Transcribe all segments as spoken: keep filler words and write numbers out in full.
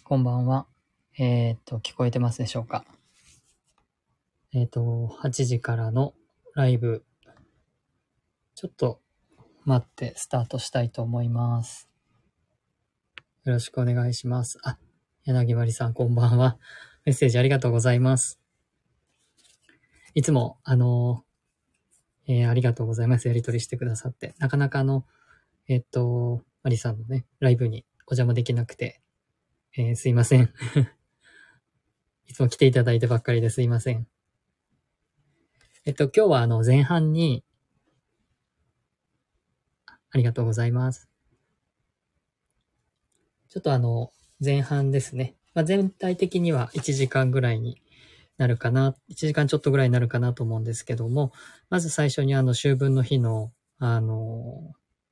こんばんは。えーっと、聞こえてますでしょうか。えーっと、はちじからのライブ、ちょっと待ってスタートしたいと思います。よろしくお願いします。あ、柳まりさん、こんばんは。メッセージありがとうございます。いつも、あの、えーありがとうございます。やり取りしてくださって。なかなかあの、えーっと、まりさんのね、ライブにお邪魔できなくて、えーすいません。いつも来ていただいてばっかりですいません。えっと、今日はあの、前半に、ありがとうございます。ちょっとあの、前半ですね。まあ、全体的にはいちじかんぐらいになるかな、いちじかんちょっとぐらいになるかなと思うんですけども、まず最初にあの、秋分の日の、あの、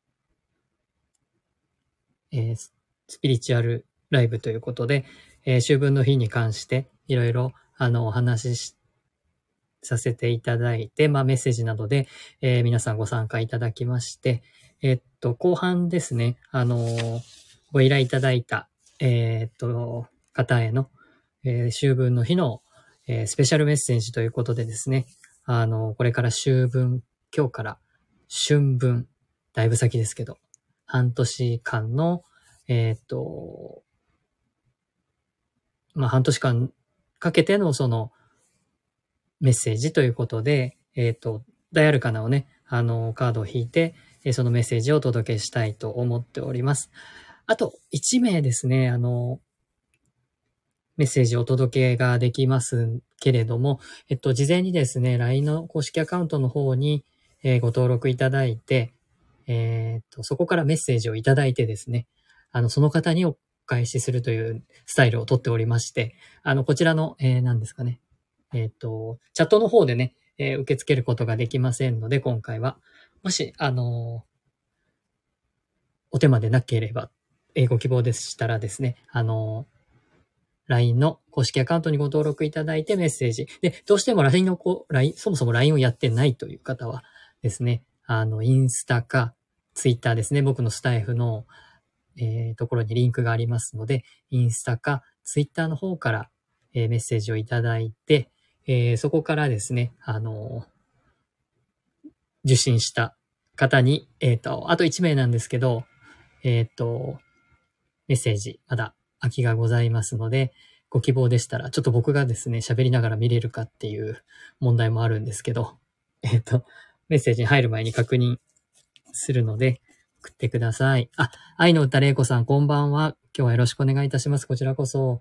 えースピリチュアルライブということで、えー秋分の日に関していろいろあの、お話しさせていただいて、まあ、メッセージなどで、えー皆さんご参加いただきまして、えーっと、後半ですね、あのーご依頼いただいた、えーっと、方への、えー秋分の日の、えースペシャルメッセージということでですね、あのーこれから秋分、今日から春分、だいぶ先ですけど、半年間の、えーっと、まあ、半年間かけてのその、メッセージということで、えっ、と、大アルカナをね、あの、カードを引いて、えーそのメッセージをお届けしたいと思っております。あと、いち名ですね、あの、メッセージをお届けができますけれども、えっと、事前にですね、ライン の公式アカウントの方に、えーご登録いただいて、えーっと、そこからメッセージをいただいてですね、あの、その方にお返しするというスタイルをとっておりまして、あの、こちらの、えー、何ですかね、えっと、チャットの方でね、えー受け付けることができませんので、今回は。もし、あのーお手間でなければ、えーご希望でしたらですね、あのー ライン の公式アカウントにご登録いただいてメッセージ。で、どうしても ライン のこう、ライン、そもそも ライン をやってないという方はですね、あの、インスタか、ツイッターですね、僕のスタイフの、えーところにリンクがありますので、インスタか、ツイッターの方から、えーメッセージをいただいて、えーそこからですね、あのー受信した方に、えっ、と、あといち名なんですけど、えっ、と、メッセージ、まだ空きがございますので、ご希望でしたら、ちょっと僕がですね、喋りながら見れるかっていう問題もあるんですけど、えっ、と、メッセージに入る前に確認するので、送ってください。あ、愛の歌れいこさん、こんばんは。今日はよろしくお願いいたします。こちらこそ。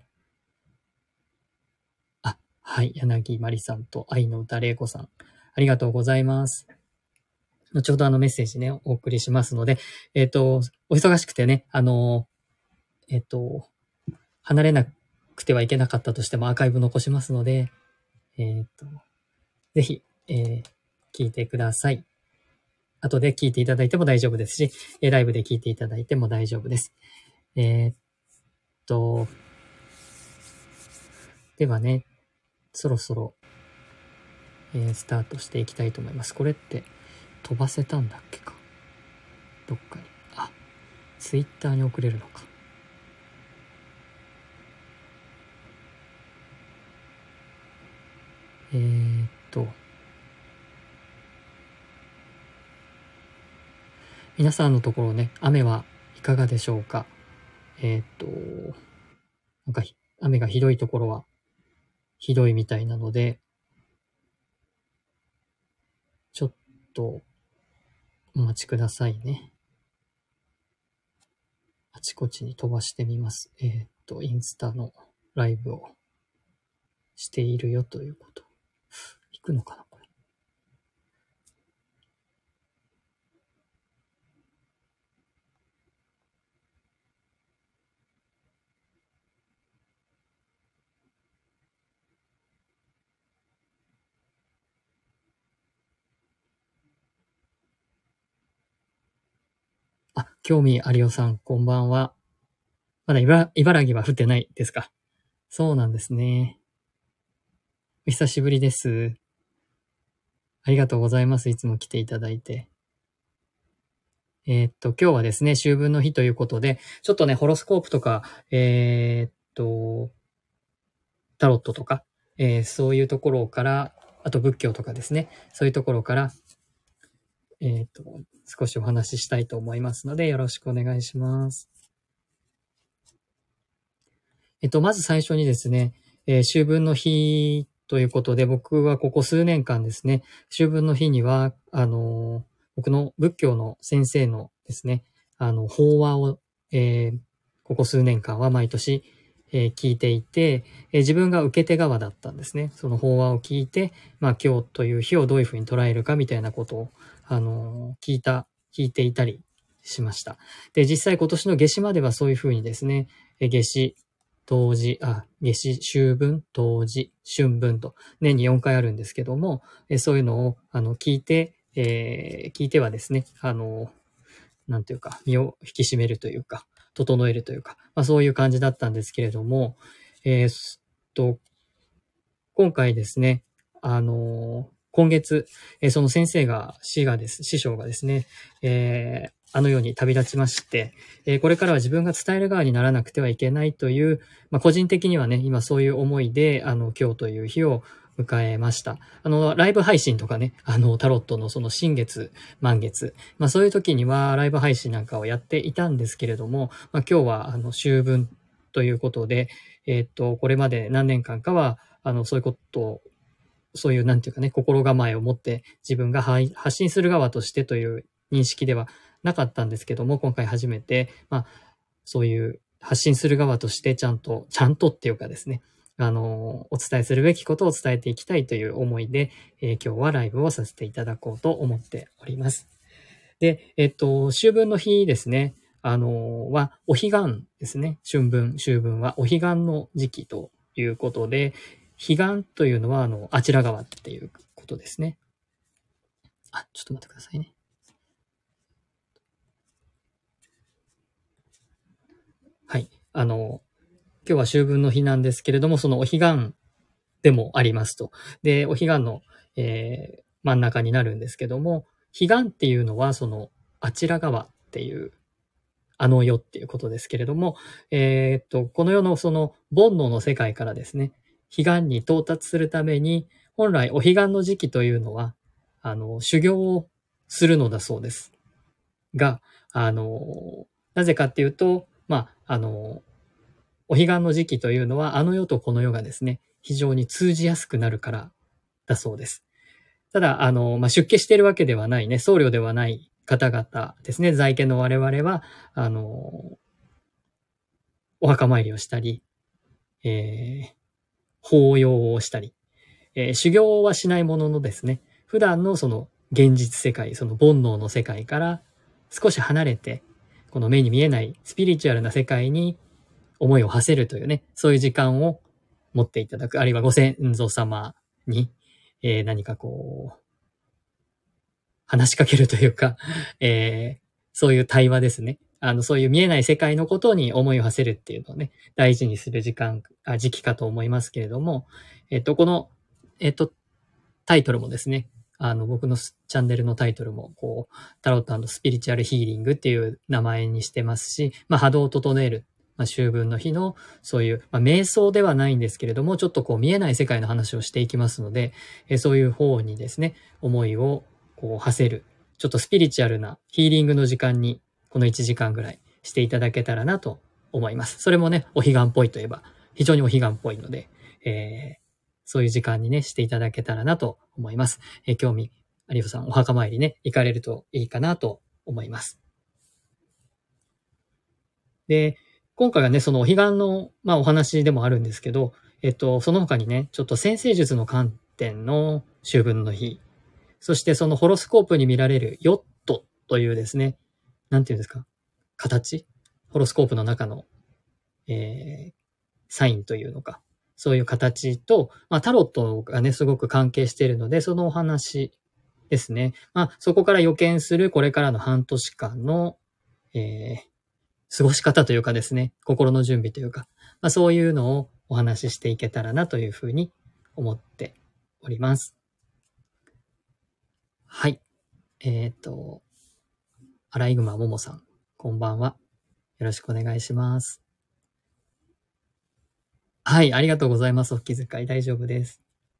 あ、はい、柳まりさんと愛の歌れいこさん、ありがとうございます。後ほどあのメッセージね、お送りしますので、えっ、と、お忙しくてね、あの、えっ、と、離れなくてはいけなかったとしてもアーカイブ残しますので、えっ、と、ぜひ、えー聞いてください。後で聞いていただいても大丈夫ですし、えーライブで聞いていただいても大丈夫です。えっと、ではね、そろそろ、えースタートしていきたいと思います。これって飛ばせたんだっけか、どっかに。あ、ツイッターに送れるのか。えーっと、皆さんのところね、雨はいかがでしょうか。えーっと、なんか雨がひどいところはひどいみたいなので、ちょっとお待ちくださいね。あちこちに飛ばしてみます。えーっと、インスタのライブをしているよということ。行くのかなこれ。あ、興味ありおさん、こんばんは。まだ茨茨城は降ってないですか。そうなんですね。お久しぶりです。ありがとうございます。いつも来ていただいて。えーっと、今日はですね、秋分の日ということで、ちょっとね、ホロスコープとか、えーっと、タロットとか、えーそういうところから、あと仏教とかですね、そういうところから、えっと、少しお話ししたいと思いますので、よろしくお願いします。えっと、まず最初にですね、えー秋分の日ということで、僕はここ数年間ですね、秋分の日には、あのー僕の仏教の先生のですね、あの、法話を、えーここ数年間は毎年、えー聞いていて、えー自分が受け手側だったんですね。その法話を聞いて、まあ今日という日をどういうふうに捉えるかみたいなことを、あのー聞いた、聞いていたりしました。で、実際今年の夏至まではそういうふうにですね、えー夏至、冬至、あ、夏至、秋分、冬至、春分と年によんかいあるんですけども、えそういうのをあの聞いて、えー聞いてはですね、あの、なんていうか、身を引き締めるというか、整えるというか、まあそういう感じだったんですけれども、えーっと、今回ですね、あの、今月、えーその先生が、師がです、師匠がですね、えーあのように旅立ちまして、えーこれからは自分が伝える側にならなくてはいけないという、まあ、個人的にはね、今そういう思いで、あの、今日という日を迎えました。あの、ライブ配信とかね、あの、タロットのその新月、満月、まあそういう時にはライブ配信なんかをやっていたんですけれども、まあ今日はあの、秋分ということで、えーっと、これまで何年間かは、あの、そういうことを、そういう、なんていうかね、心構えを持って自分が発信する側としてという認識ではなかったんですけども、今回初めて、まあ、そういう発信する側としてちゃんと、ちゃんとっていうかですね、あの、お伝えするべきことを伝えていきたいという思いで、えー今日はライブをさせていただこうと思っております。で、えっと、秋分の日ですね、あの、は、お彼岸ですね。春分、秋分はお彼岸の時期ということで、彼岸というのは、あの、あちら側っていうことですね。あ、ちょっと待ってくださいね。はい。あの、今日は秋分の日なんですけれども、そのお彼岸でもありますと。で、お彼岸の、えー真ん中になるんですけども、彼岸っていうのは、その、あちら側っていうあの世っていうことですけれども、えーっと、この世のその煩悩の世界からですね、彼岸に到達するために、本来お彼岸の時期というのは、あの、修行をするのだそうです。が、あの、なぜかっていうと、まあ、あの、お彼岸の時期というのは、あの世とこの世がですね、非常に通じやすくなるからだそうです。ただ、あの、まあ、出家しているわけではないね、僧侶ではない方々ですね、在家の我々は、あの、お墓参りをしたり、えー、法要をしたり、えー修行はしないもののですね、普段のその現実世界、その煩悩の世界から少し離れて、この目に見えないスピリチュアルな世界に思いを馳せるというね、そういう時間を持っていただく、あるいはご先祖様に、えー何かこう、話しかけるというか、えーそういう対話ですね。あの、そういう見えない世界のことに思いを馳せるっていうのをね、大事にする時間、あ、時期かと思いますけれども、えっと、この、えっと、タイトルもですね、あの、僕のチャンネルのタイトルも、こう、タロット&スピリチュアルヒーリングっていう名前にしてますし、まあ、波動を整える、まあ、秋分の日の、そういう、まあ、瞑想ではないんですけれども、ちょっとこう、見えない世界の話をしていきますので、えそういう方にですね、思いを、こう、馳せる、ちょっとスピリチュアルなヒーリングの時間に、このいちじかんぐらいしていただけたらなと思います。それもね、お彼岸っぽいといえば、非常にお彼岸っぽいので、えーそういう時間にね、していただけたらなと思います。えー興味ありふさん、お墓参りね、行かれるといいかなと思います。で、今回はね、そのお彼岸の、まあお話でもあるんですけど、えっと、その他にね、ちょっと占星術の観点の秋分の日、そしてそのホロスコープに見られるヨットというですね、なんていうんですか、形ホロスコープの中の、えー、サインというのか、そういう形と、まあ、タロットがね、すごく関係しているので、そのお話ですね。まあ、そこから予見するこれからの半年間の、えー、過ごし方というかですね、心の準備というか、まあ、そういうのをお話ししていけたらなというふうに思っております。はい。えっと、アライグマももさん、こんばんは。よろしくお願いします。 はい、ありがとうございます。お気遣い大丈夫です。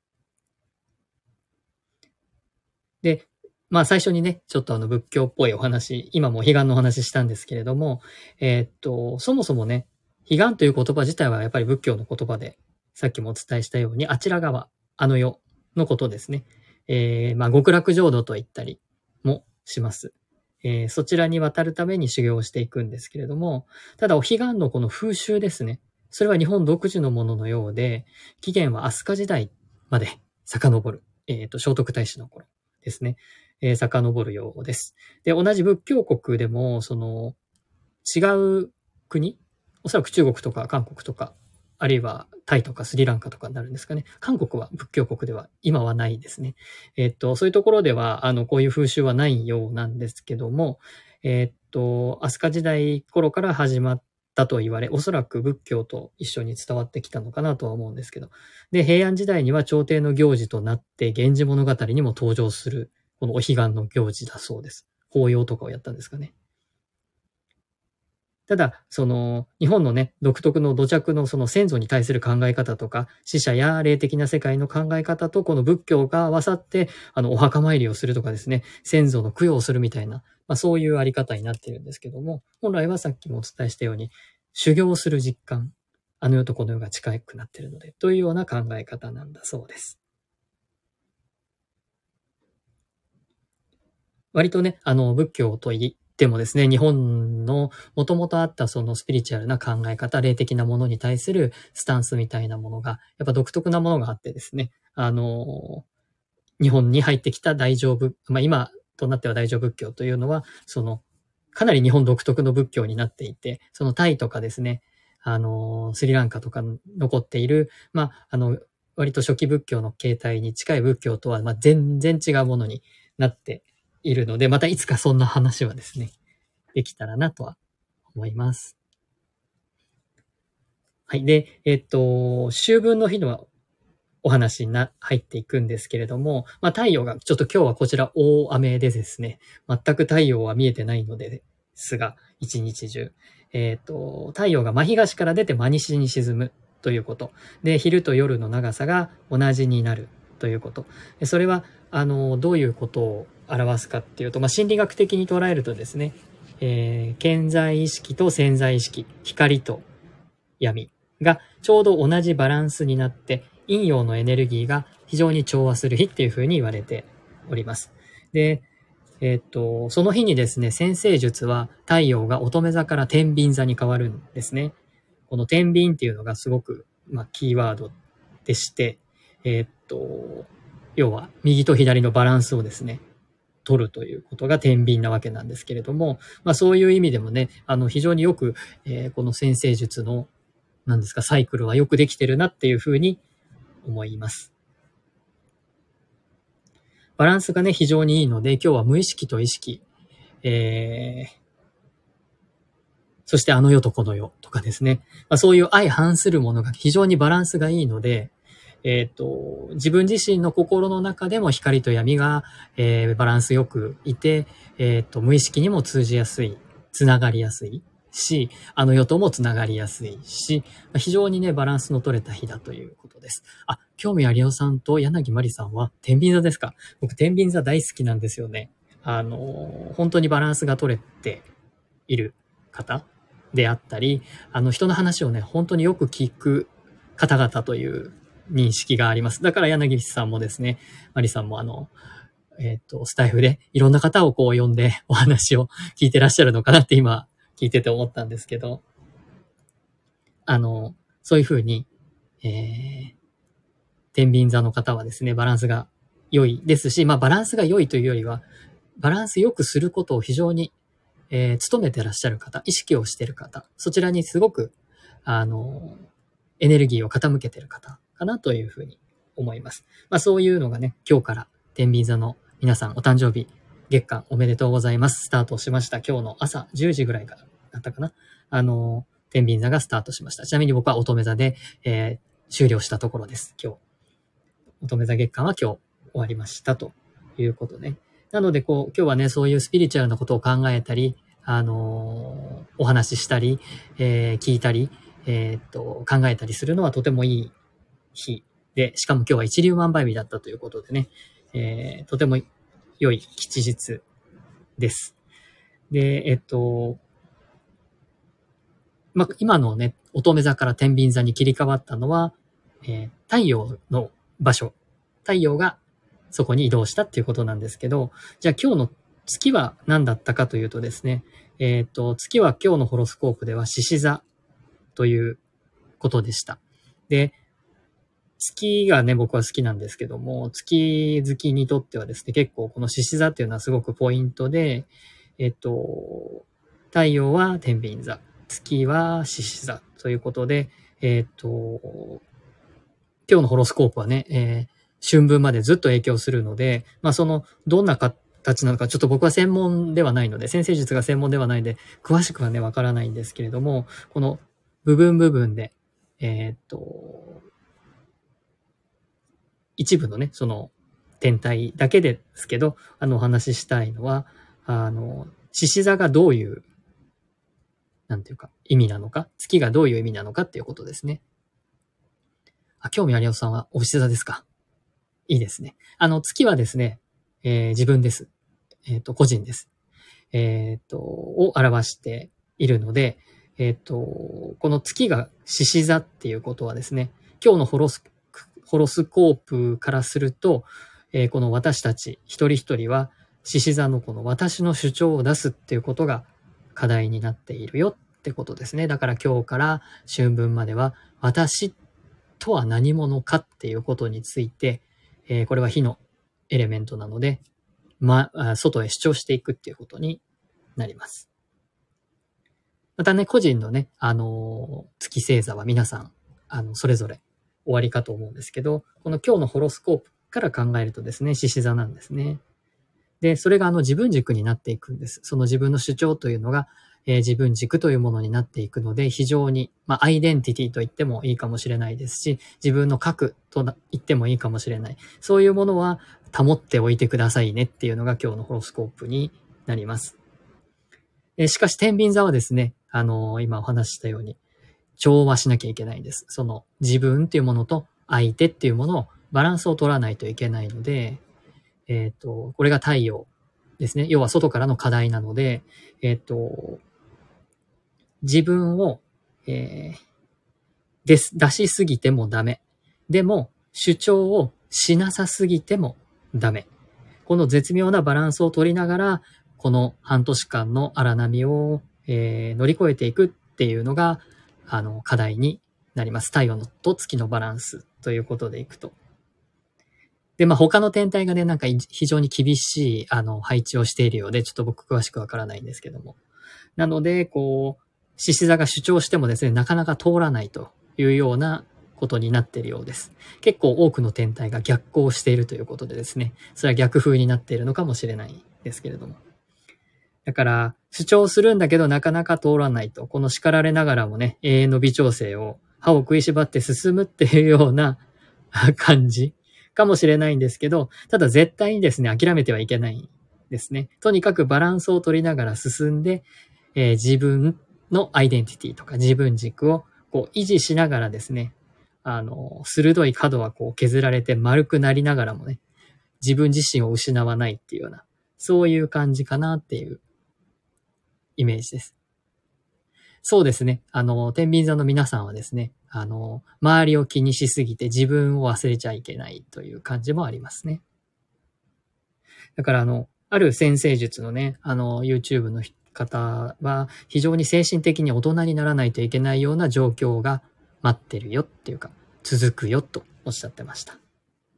で、まあ最初にね、ちょっとあの仏教っぽいお話、今も彼岸のお話したんですけれども、えーっと、そもそもね、彼岸という言葉自体はやっぱり仏教の言葉で、さっきもお伝えしたように、あちら側、あの世のことですね。えー、まあ極楽浄土と言ったりもします。えーそちらに渡るために修行をしていくんですけれども、ただお彼岸のこの風習ですね。それは日本独自のもののようで、起源は飛鳥時代まで遡る。えっと、聖徳太子の頃ですね。えー遡るようです。で、同じ仏教国でも、その、違う国、おそらく中国とか韓国とか、あるいはタイとかスリランカとかになるんですかね。韓国は仏教国では今はないですね。えっと、そういうところでは、あの、こういう風習はないようなんですけども、えっと、飛鳥時代頃から始まったと言われ、おそらく仏教と一緒に伝わってきたのかなとは思うんですけど。で、平安時代には朝廷の行事となって、源氏物語にも登場する、このお彼岸の行事だそうです。法要とかをやったんですかね。ただ、その、日本のね、独特の土着のその先祖に対する考え方とか、死者や霊的な世界の考え方とこの仏教が合わさって、あの、お墓参りをするとかですね、先祖の供養をするみたいな、まあそういうあり方になっているんですけども、本来はさっきもお伝えしたように、修行する実感、あの世とこの世が近くなっているので、というような考え方なんだそうです。割とね、あの、仏教と言ってもですね、日本のもともとあったそのスピリチュアルな考え方、霊的なものに対するスタンスみたいなものが、やっぱ独特なものがあってですね、あの、日本に入ってきた大乗仏、まあ今となっては大乗仏教というのは、その、かなり日本独特の仏教になっていて、そのタイとかですね、あの、スリランカとかに残っている、まあ、あの、割と初期仏教の形態に近い仏教とは、まあ、全然違うものになっているので、またいつかそんな話はですね、できたらなとは思います。はい。で、えっと、秋分の日のお話にな、入っていくんですけれども、まあ太陽が、ちょっと今日はこちら大雨でですね、全く太陽は見えてないのですが、一日中。えっと、太陽が真東から出て真西に沈むということ。で、昼と夜の長さが同じになるということ。でそれは、あの、どういうことを表すかっていうと、まあ心理学的に捉えるとですね、えー、顕在意識と潜在意識、光と闇がちょうど同じバランスになって、陰陽のエネルギーが非常に調和する日っていうふうに言われております。で、えーっと、その日にですね、占星術は太陽が乙女座から天秤座に変わるんですね。この天秤っていうのがすごく、まあ、キーワードでして、えーっと、要は右と左のバランスをですね、取るということが天秤なわけなんですけれども、まあそういう意味でもね、あの非常によく、えーこの占星術のなんですか、サイクルはよくできてるなっていうふうに思います。バランスがね、非常にいいので、今日は無意識と意識、えー、そしてあの世とこの世とかですね。まあ、そういう相反するものが非常にバランスがいいので、えっ、と、自分自身の心の中でも光と闇が、えーバランスよくいて、えっ、と、無意識にも通じやすい、つながりやすいし、あの世ともつながりやすいし、非常にね、バランスの取れた日だということです。あ、興味ありおさんと柳まりさんは天秤座ですか？僕天秤座大好きなんですよね。あの、本当にバランスが取れている方であったり、あの人の話をね、本当によく聞く方々という認識があります。だから柳さんもですね、マリさんもあの、えっ、と、スタイフでいろんな方をこう呼んでお話を聞いてらっしゃるのかなって今聞いてて思ったんですけど、あの、そういうふうに、えー、天秤座の方はですね、バランスが良いですし、まあバランスが良いというよりは、バランス良くすることを非常にえー、勤めてらっしゃる方、意識をしている方、そちらにすごく、あの、エネルギーを傾けている方かなというふうに思います。まあそういうのがね、今日から天秤座の皆さんお誕生日、月間おめでとうございます。スタートしました。今日の朝じゅうじぐらいからだったかな。あの、天秤座がスタートしました。ちなみに僕は乙女座で、えー、終了したところです。今日。乙女座月間は今日終わりましたということね。なので、こう、今日はね、そういうスピリチュアルなことを考えたり、あのーお話ししたり、えー聞いたり、 えーっと、考えたりするのはとてもいい日で、しかも今日は一粒万倍日だったということでね、えー、とても良い吉日です。で、えっと、まあ、今のね、乙女座から天秤座に切り替わったのは、えー太陽の場所、太陽がそこに移動したっていうことなんですけど、じゃあ今日の月は何だったかというとですね、えっと、月は今日のホロスコープでは獅子座ということでした。で、月がね、僕は好きなんですけども、月好きにとってはですね、結構この獅子座っていうのはすごくポイントで、えっと、太陽は天秤座、月は獅子座ということで、えっと、今日のホロスコープはね、えー春分までずっと影響するので、まあその、どんな形なのか、ちょっと僕は専門ではないので、先生術が専門ではないので、詳しくはね、わからないんですけれども、この部分部分で、えーっと、一部のね、その天体だけですけど、あのお話ししたいのは、あの、獅子座がどういう、なんていうか、意味なのか、月がどういう意味なのかっていうことですね。あ、興味ありおさんはお獅子座ですか？いいですね。あの、月はですね、えー自分です。えっと、個人です。えっと、を表しているので、えっと、この月が獅子座っていうことはですね、今日のホロス、ホロスコープからすると、えーこの私たち一人一人は獅子座のこの私の主張を出すっていうことが課題になっているよってことですね。だから今日から春分までは私とは何者かっていうことについて、えーこれは火のエレメントなので、ま、外へ主張していくっていうことになります。またね、個人のね、あのー月星座は皆さん、あの、それぞれ終わりかと思うんですけど、この今日のホロスコープから考えるとですね、獅子座なんですね。で、それがあの自分軸になっていくんです。その自分の主張というのが、えー自分軸というものになっていくので、非常に、まあ、アイデンティティと言ってもいいかもしれないですし、自分の核と言ってもいいかもしれない。そういうものは保っておいてくださいねっていうのが今日のホロスコープになります。えーしかし、天秤座はですね、あのー今お話ししたように、調和しなきゃいけないんです。その自分っていうものと相手っていうものをバランスを取らないといけないので、えっと、これが太陽ですね。要は外からの課題なので、えっと、自分を、えー、です、出しすぎてもダメ。でも、主張をしなさすぎてもダメ。この絶妙なバランスを取りながら、この半年間の荒波を、えー乗り越えていくっていうのが、あの、課題になります。太陽のと月のバランスということでいくと。で、まあ、他の天体がね、なんか非常に厳しい、あの、配置をしているようで、ちょっと僕詳しくわからないんですけども。なので、こう、獅子座が主張してもですね、なかなか通らないというようなことになっているようです。結構多くの天体が逆行しているということでですね、それは逆風になっているのかもしれないですけれども。だから、主張するんだけどなかなか通らないと、この叱られながらもね、永遠の微調整を歯を食いしばって進むっていうような感じかもしれないんですけど、ただ絶対にですね、諦めてはいけないですね。とにかくバランスを取りながら進んで、えー自分のアイデンティティとか自分軸をこう維持しながらですね、あの、鋭い角はこう削られて丸くなりながらもね、自分自身を失わないっていうような、そういう感じかなっていうイメージです。そうですね。あの、天秤座の皆さんはですね、あの、周りを気にしすぎて自分を忘れちゃいけないという感じもありますね。だからあの、ある占星術のね、あの、YouTube の方は非常に精神的に大人にならないといけないような状況が待ってるよっていうか、続くよとおっしゃってました。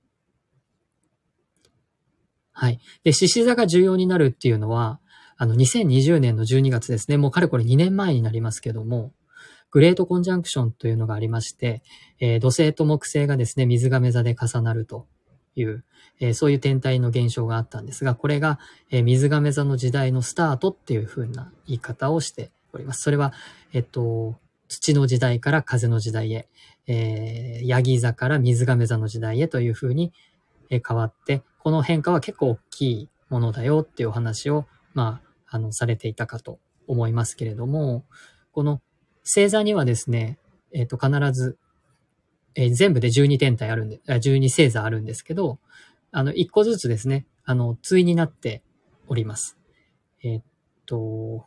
はい。で、獅子座が重要になるっていうのは、あの、にせんにじゅうねんのじゅうにがつですね、もうかれこれにねんまえになりますけども、グレートコンジャンクションというのがありまして、えー土星と木星がですね、水亀座で重なるという、えーそういう天体の現象があったんですが、これが、えー水亀座の時代のスタートっていう風な言い方をしております。それは、えっと、土の時代から風の時代へ、えー、ヤギ座から水亀座の時代へという風に変わって、この変化は結構大きいものだよっていうお話を、まあ、あの、されていたかと思いますけれども、この星座にはですね、 えっと、必ず、えー全部でじゅうに天体あるんで、あじゅうに星座あるんですけど、あの、いっこずつですね、あの、対になっております。えっと、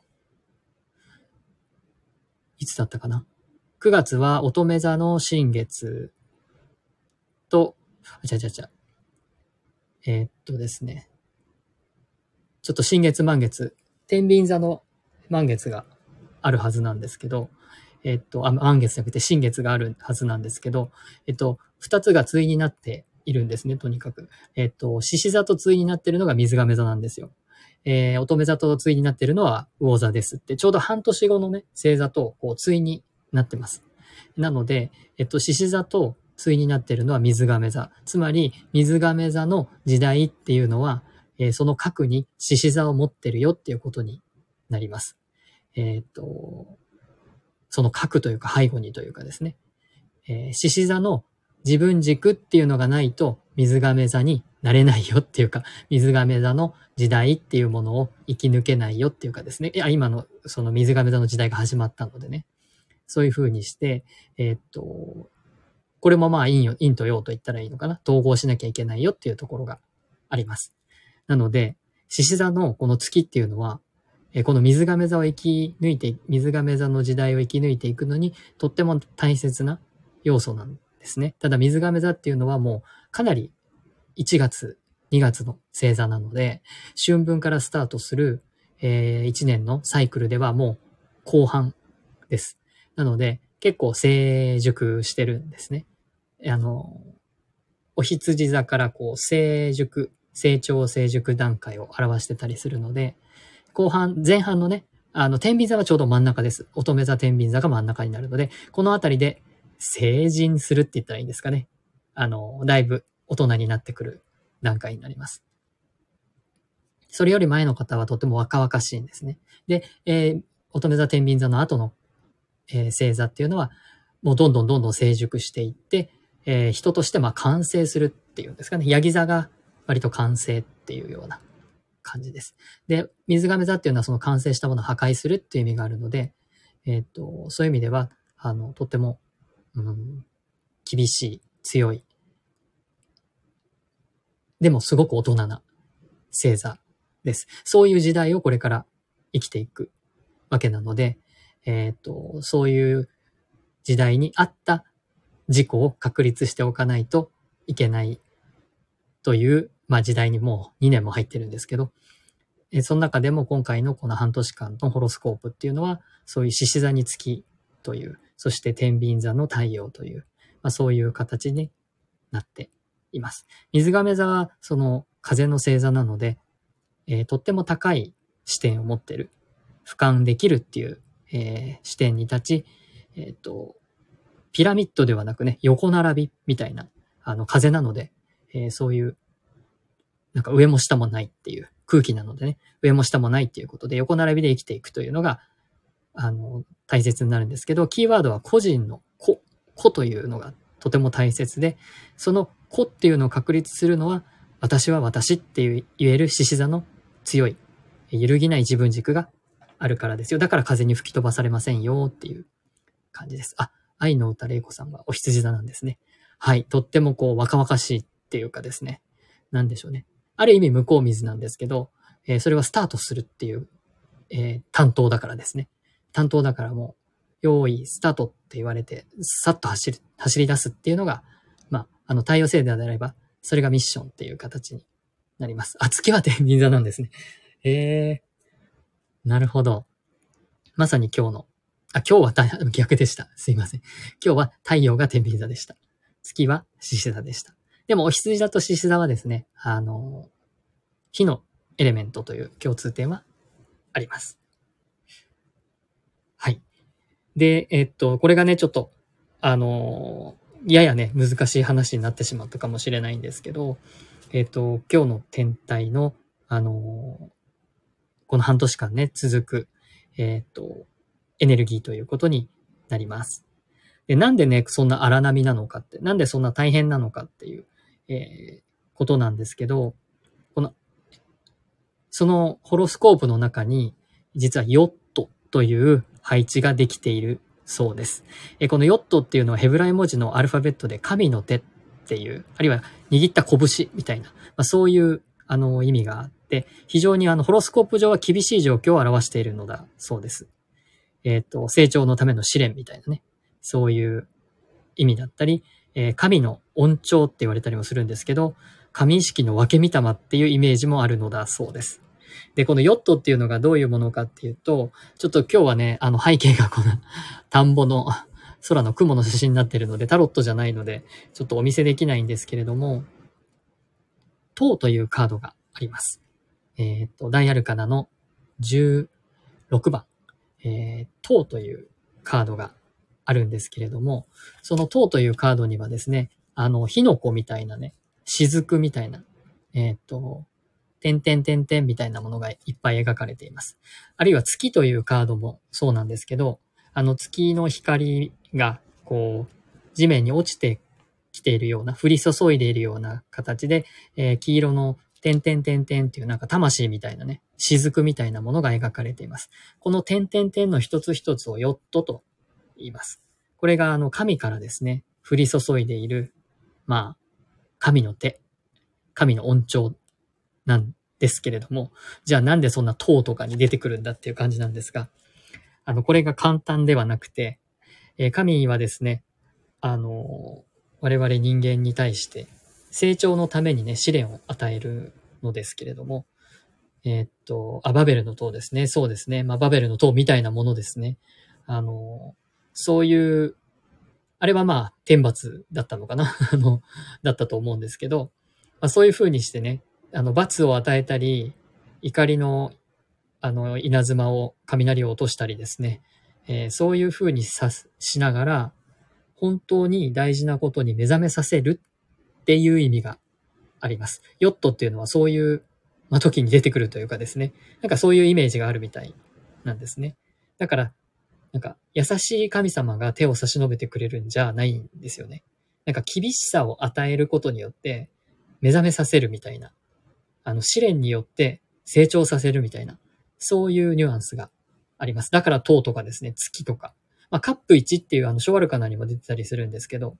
いつだったかな ?く 月は乙女座の新月と、あ、ちゃちゃちゃ、えーっとですね、ちょっと新月満月、天秤座の満月があるはずなんですけど、えーっと、あ、満月じゃなくて新月があるはずなんですけど、えっと、二つが対になっているんですね、とにかく。えっと、獅子座と対になっているのが水亀座なんですよ。えー、乙女座と対になっているのは魚座ですって、ちょうど半年後のね、星座とこう対になってます。なので、えっと、獅子座と対になっているのは水亀座。つまり、水亀座の時代っていうのは、えーその核に獅子座を持ってるよっていうことになります。えっと、その核というか背後にというかですね。えー獅子座の自分軸っていうのがないと水亀座になれないよっていうか、水亀座の時代っていうものを生き抜けないよっていうかですね。いや、今のその水亀座の時代が始まったのでね。そういう風にして、えーっと、これもまあ陰よ、陰と陽と言ったらいいのかな。統合しなきゃいけないよっていうところがあります。なので、獅子座のこの月っていうのは、えーこの水亀座を生き抜いて、水亀座の時代を生き抜いていくのに、とっても大切な要素なんですね。ただ水亀座っていうのはもうかなりいちがつ、にがつの星座なので、春分からスタートする、えー、いちねんのサイクルではもう後半です。なので、結構成熟してるんですね。あの、お羊座からこう成熟、成長成熟段階を表してたりするので、後半、前半のね、あの、天秤座がちょうど真ん中です。乙女座、天秤座が真ん中になるので、このあたりで成人するって言ったらいいんですかね。あの、だいぶ大人になってくる段階になります。それより前の方はとても若々しいんですね。で、えー、乙女座、天秤座の後の、えー星座っていうのは、もうどんどんどんどん成熟していって、えー人としてまあ完成するっていうんですかね。ヤギ座が割と完成っていうような感じです。で、水亀座っていうのはその完成したものを破壊するっていう意味があるので、えっと、そういう意味では、あの、とっても、うん、厳しい、強い、でもすごく大人な星座です。そういう時代をこれから生きていくわけなので、えっと、そういう時代に合った自己を確立しておかないといけないという、まあ時代にもうにねんも入ってるんですけど、えその中でも今回のこの半年間のホロスコープっていうのは、そういう獅子座に月という、そして天秤座の太陽という、まあそういう形になっています。水亀座はその風の星座なので、えーとっても高い視点を持っている、俯瞰できるっていう、えー視点に立ち、えっ、と、ピラミッドではなくね、横並びみたいな、あの風なので、えーそういうなんか上も下もないっていう空気なのでね、上も下もないっていうことで横並びで生きていくというのが、あの、大切になるんですけど、キーワードは個人の個、個というのがとても大切で、その個っていうのを確立するのは、私は私っていう言える獅子座の強い、揺るぎない自分軸があるからですよ。だから風に吹き飛ばされませんよっていう感じです。あ、愛の歌玲子さんはお羊座なんですね。はい。とってもこう若々しいっていうかですね。なんでしょうね。ある意味向こう水なんですけど、えーそれはスタートするっていう、えー担当だからですね。担当だからもう、用意、スタートって言われて、さっと走る、走り出すっていうのが、まあ、あの、太陽星座であれば、それがミッションっていう形になります。あ、月は天秤座なんですね。えー、なるほど。まさに今日の、あ、今日はた逆でした。すいません。今日は太陽が天秤座でした。月は獅子座でした。でも、お羊座と獅子座はですね、あの、火のエレメントという共通点はあります。はい。で、えっと、これがね、ちょっと、あの、ややね、難しい話になってしまったかもしれないんですけど、えっと、今日の天体の、あの、この半年間ね、続く、えっと、エネルギーということになります。で、なんでね、そんな荒波なのかって、なんでそんな大変なのかっていう、えーことなんですけど、この、そのホロスコープの中に、実はヨットという配置ができているそうです。えこのヨットっていうのはヘブライ文字のアルファベットで神の手っていう、あるいは握った拳みたいな、まあ、そういうあの意味があって、非常にあのホロスコープ上は厳しい状況を表しているのだそうです。えっと、成長のための試練みたいなね、そういう意味だったり、えー神の恩寵って言われたりもするんですけど、神意識の分け御霊っていうイメージもあるのだそうです。で、このヨットっていうのがどういうものかっていうと、ちょっと今日はね、あの背景がこの田んぼの空の雲の写真になっているので、タロットじゃないので、ちょっとお見せできないんですけれども、塔というカードがあります。えっと、大アルカナのじゅうろくばん、えー、塔というカードがあるんですけれども、その塔というカードにはですね、あの、火の粉みたいなね、雫みたいな、えっと、点々点々みたいなものがいっぱい描かれています。あるいは月というカードもそうなんですけど、あの月の光が、こう、地面に落ちてきているような、降り注いでいるような形で、えー黄色の点々点々っていうなんか魂みたいなね、雫みたいなものが描かれています。この点々点の一つ一つをヨットと言います。これがあの神からですね、降り注いでいる、まあ、神の手、神の恩寵なんですけれども、じゃあなんでそんな塔とかに出てくるんだっていう感じなんですが、あの、これが簡単ではなくて、えー神はですね、あの、我々人間に対して成長のためにね、試練を与えるのですけれども、えーっと、あ、バベルの塔ですね。そうですね。まあ、バベルの塔みたいなものですね。あの、そういう、あれはまあ、天罰だったのかなあの、だったと思うんですけど、まあ、そういう風にしてね、あの、罰を与えたり、怒りの、あの、稲妻を、雷を落としたりですね、えーそういう風にさす、しながら、本当に大事なことに目覚めさせるっていう意味があります。ヨットっていうのはそういう、まあ、時に出てくるというかですね、なんかそういうイメージがあるみたいなんですね。だから、なんか優しい神様が手を差し伸べてくれるんじゃないんですよね。なんか厳しさを与えることによって目覚めさせるみたいな、あの試練によって成長させるみたいな、そういうニュアンスがあります。だから塔とかですね、月とか、まあ、カップいちっていうあの小アルカナにも出てたりするんですけど、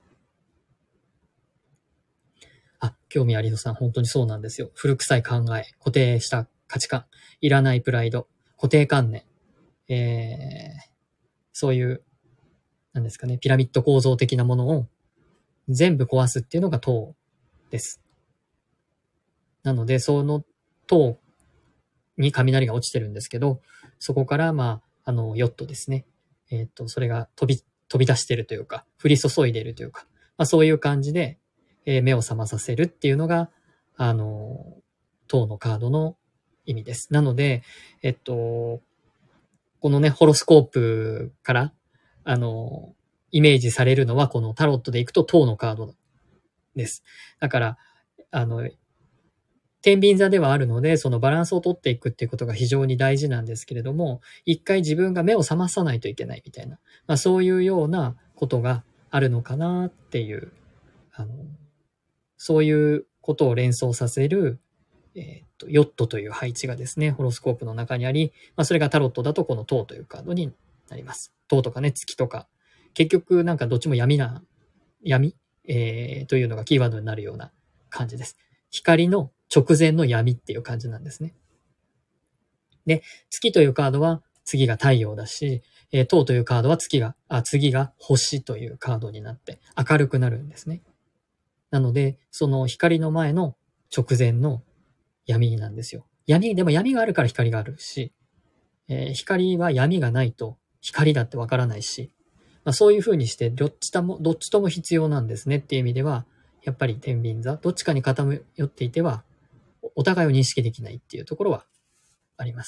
あ、興味ありのさん、本当にそうなんですよ。古臭い考え、固定した価値観、いらないプライド、固定観念、えー、そういう、なんですかね、ピラミッド構造的なものを全部壊すっていうのが塔です。なので、その塔に雷が落ちてるんですけど、そこから、まあ、あの、ヨットですね。えっと、それが飛び、飛び出してるというか、降り注いでいるというか、まあそういう感じで、えー目を覚まさせるっていうのが、あの、塔のカードの意味です。なので、えっと、このね、ホロスコープから、あの、イメージされるのは、このタロットでいくと塔のカードです。だから、あの、天秤座ではあるので、そのバランスを取っていくっていうことが非常に大事なんですけれども、一回自分が目を覚まさないといけないみたいな、まあそういうようなことがあるのかなっていう、あの、そういうことを連想させる、えーっと、ヨットという配置がですね、ホロスコープの中にあり、まあそれがタロットだとこの塔というカードになります。塔とかね、月とか、結局なんかどっちも闇な、闇、えー、というのがキーワードになるような感じです。光の直前の闇っていう感じなんですね。で、月というカードは次が太陽だし、えー、塔というカードは月が、あ、次が星というカードになって明るくなるんですね。なので、その光の前の直前の闇なんですよ。闇、でも闇があるから光があるし、えー光は闇がないと光だってわからないし、まあ、そういう風にしてどっちとも、どっちとも必要なんですねっていう意味では、やっぱり天秤座、どっちかに偏っていては、お互いを認識できないっていうところはあります。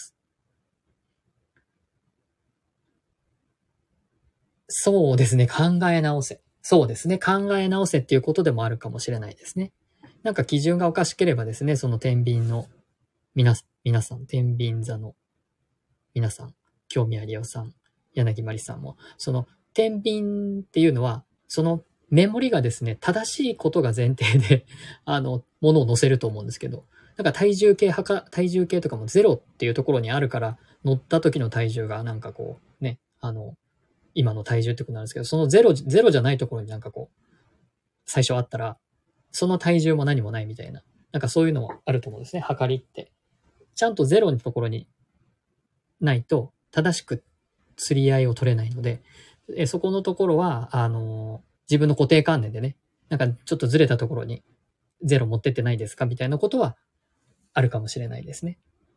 そうですね。考え直せ。そうですね。考え直せっていうことでもあるかもしれないですね。なんか基準がおかしければですね、その天秤の皆さん、皆さん、天秤座の皆さん、興味ありおさん、柳まりさんも、その天秤っていうのは、そのメモリがですね、正しいことが前提で、あの、ものを載せると思うんですけど、なんか体重計はか、体重計とかもゼロっていうところにあるから、乗った時の体重がなんかこう、ね、あの、 今の体重ってことなんですけど、そのゼロ、ゼロじゃないところになんかこう、最初あったら、その体重も何もないみたいな、なんかそういうのもあると思うんですね、測りって。ちゃんとゼロのところにないと、正しく釣り合いを取れないので、えそこのところは、あの、自分の固定観念でね、なんかちょっとずれたところにゼロ持ってってないですかみたいなことはあるかもしれないですね。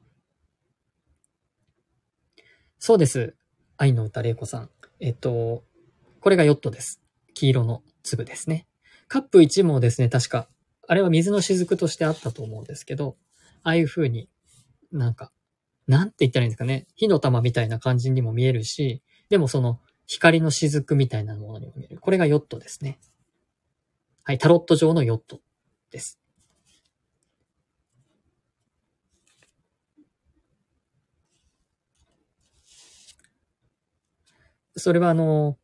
そうです。愛の歌、れいこさん。えっと、これがヨットです。黄色の粒ですね。カップいちもですね、確か、あれは水の雫としてあったと思うんですけど、ああいう風になんか、なんて言ったらいいんですかね。火の玉みたいな感じにも見えるし、でもその光の雫みたいなものにも見える。これがヨットですね。はい、タロット上のヨットです。それはあの、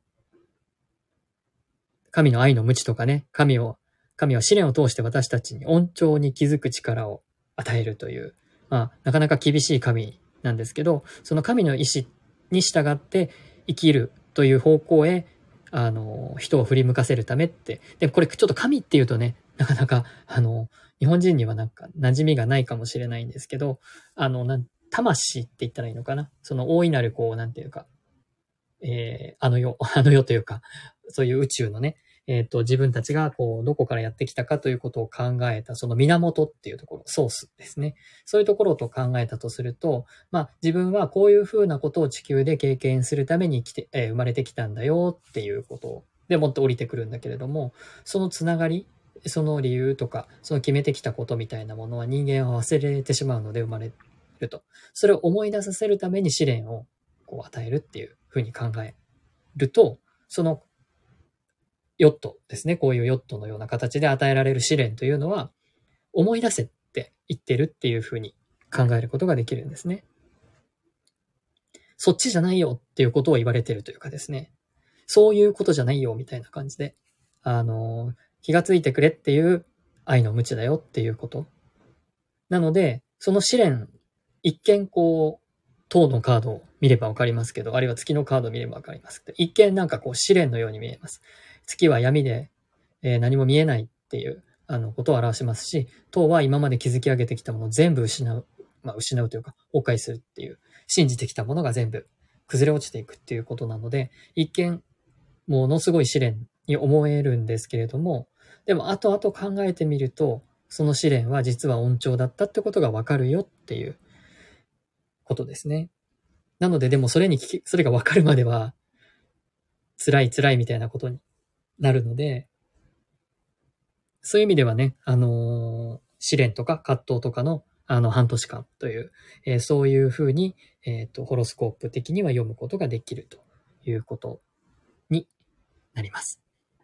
神の愛の無知とかね、神を、神は試練を通して私たちに恩寵に気づく力を与えるという、まあ、なかなか厳しい神なんですけど、その神の意志に従って生きるという方向へ、あの、人を振り向かせるためって、で、これちょっと神っていうとね、なかなか、あの、日本人にはなんか馴染みがないかもしれないんですけど、あの、なん、魂って言ったらいいのかな。その大いなるこう、なんていうか、えー、あの世、あの世というか、そういう宇宙のね、えっと、自分たちがこう、どこからやってきたかということを考えた、その源っていうところ、ソースですね。そういうところと考えたとすると、まあ、自分はこういうふうなことを地球で経験するために来て、えー生まれてきたんだよっていうことでもって降りてくるんだけれども、そのつながり、その理由とか、その決めてきたことみたいなものは人間は忘れてしまうので生まれると。それを思い出させるために試練をこう与えるっていうふうに考えると、そのヨットですね。こういうヨットのような形で与えられる試練というのは、思い出せって言ってるっていうふうに考えることができるんですね。そっちじゃないよっていうことを言われてるというかですね。そういうことじゃないよみたいな感じで、あの、気がついてくれっていう愛の無知だよっていうこと。なので、その試練、一見こう、塔のカードを見ればわかりますけど、あるいは月のカードを見ればわかりますけど、一見なんかこう試練のように見えます。月は闇で、えー何も見えないっていうあのことを表しますし、塔は今まで築き上げてきたものを全部失う、まあ失うというか、崩壊するっていう、信じてきたものが全部崩れ落ちていくっていうことなので、一見ものすごい試練に思えるんですけれども、でも後々考えてみると、その試練は実は恩寵だったってことがわかるよっていうことですね。なので、でもそれに聞き、それがわかるまでは、辛い辛いみたいなことになるので、そういう意味ではね、あのー試練とか葛藤とかの、あの、半年間という、えーそういうふうに、えっと、ホロスコープ的には読むことができるということになります。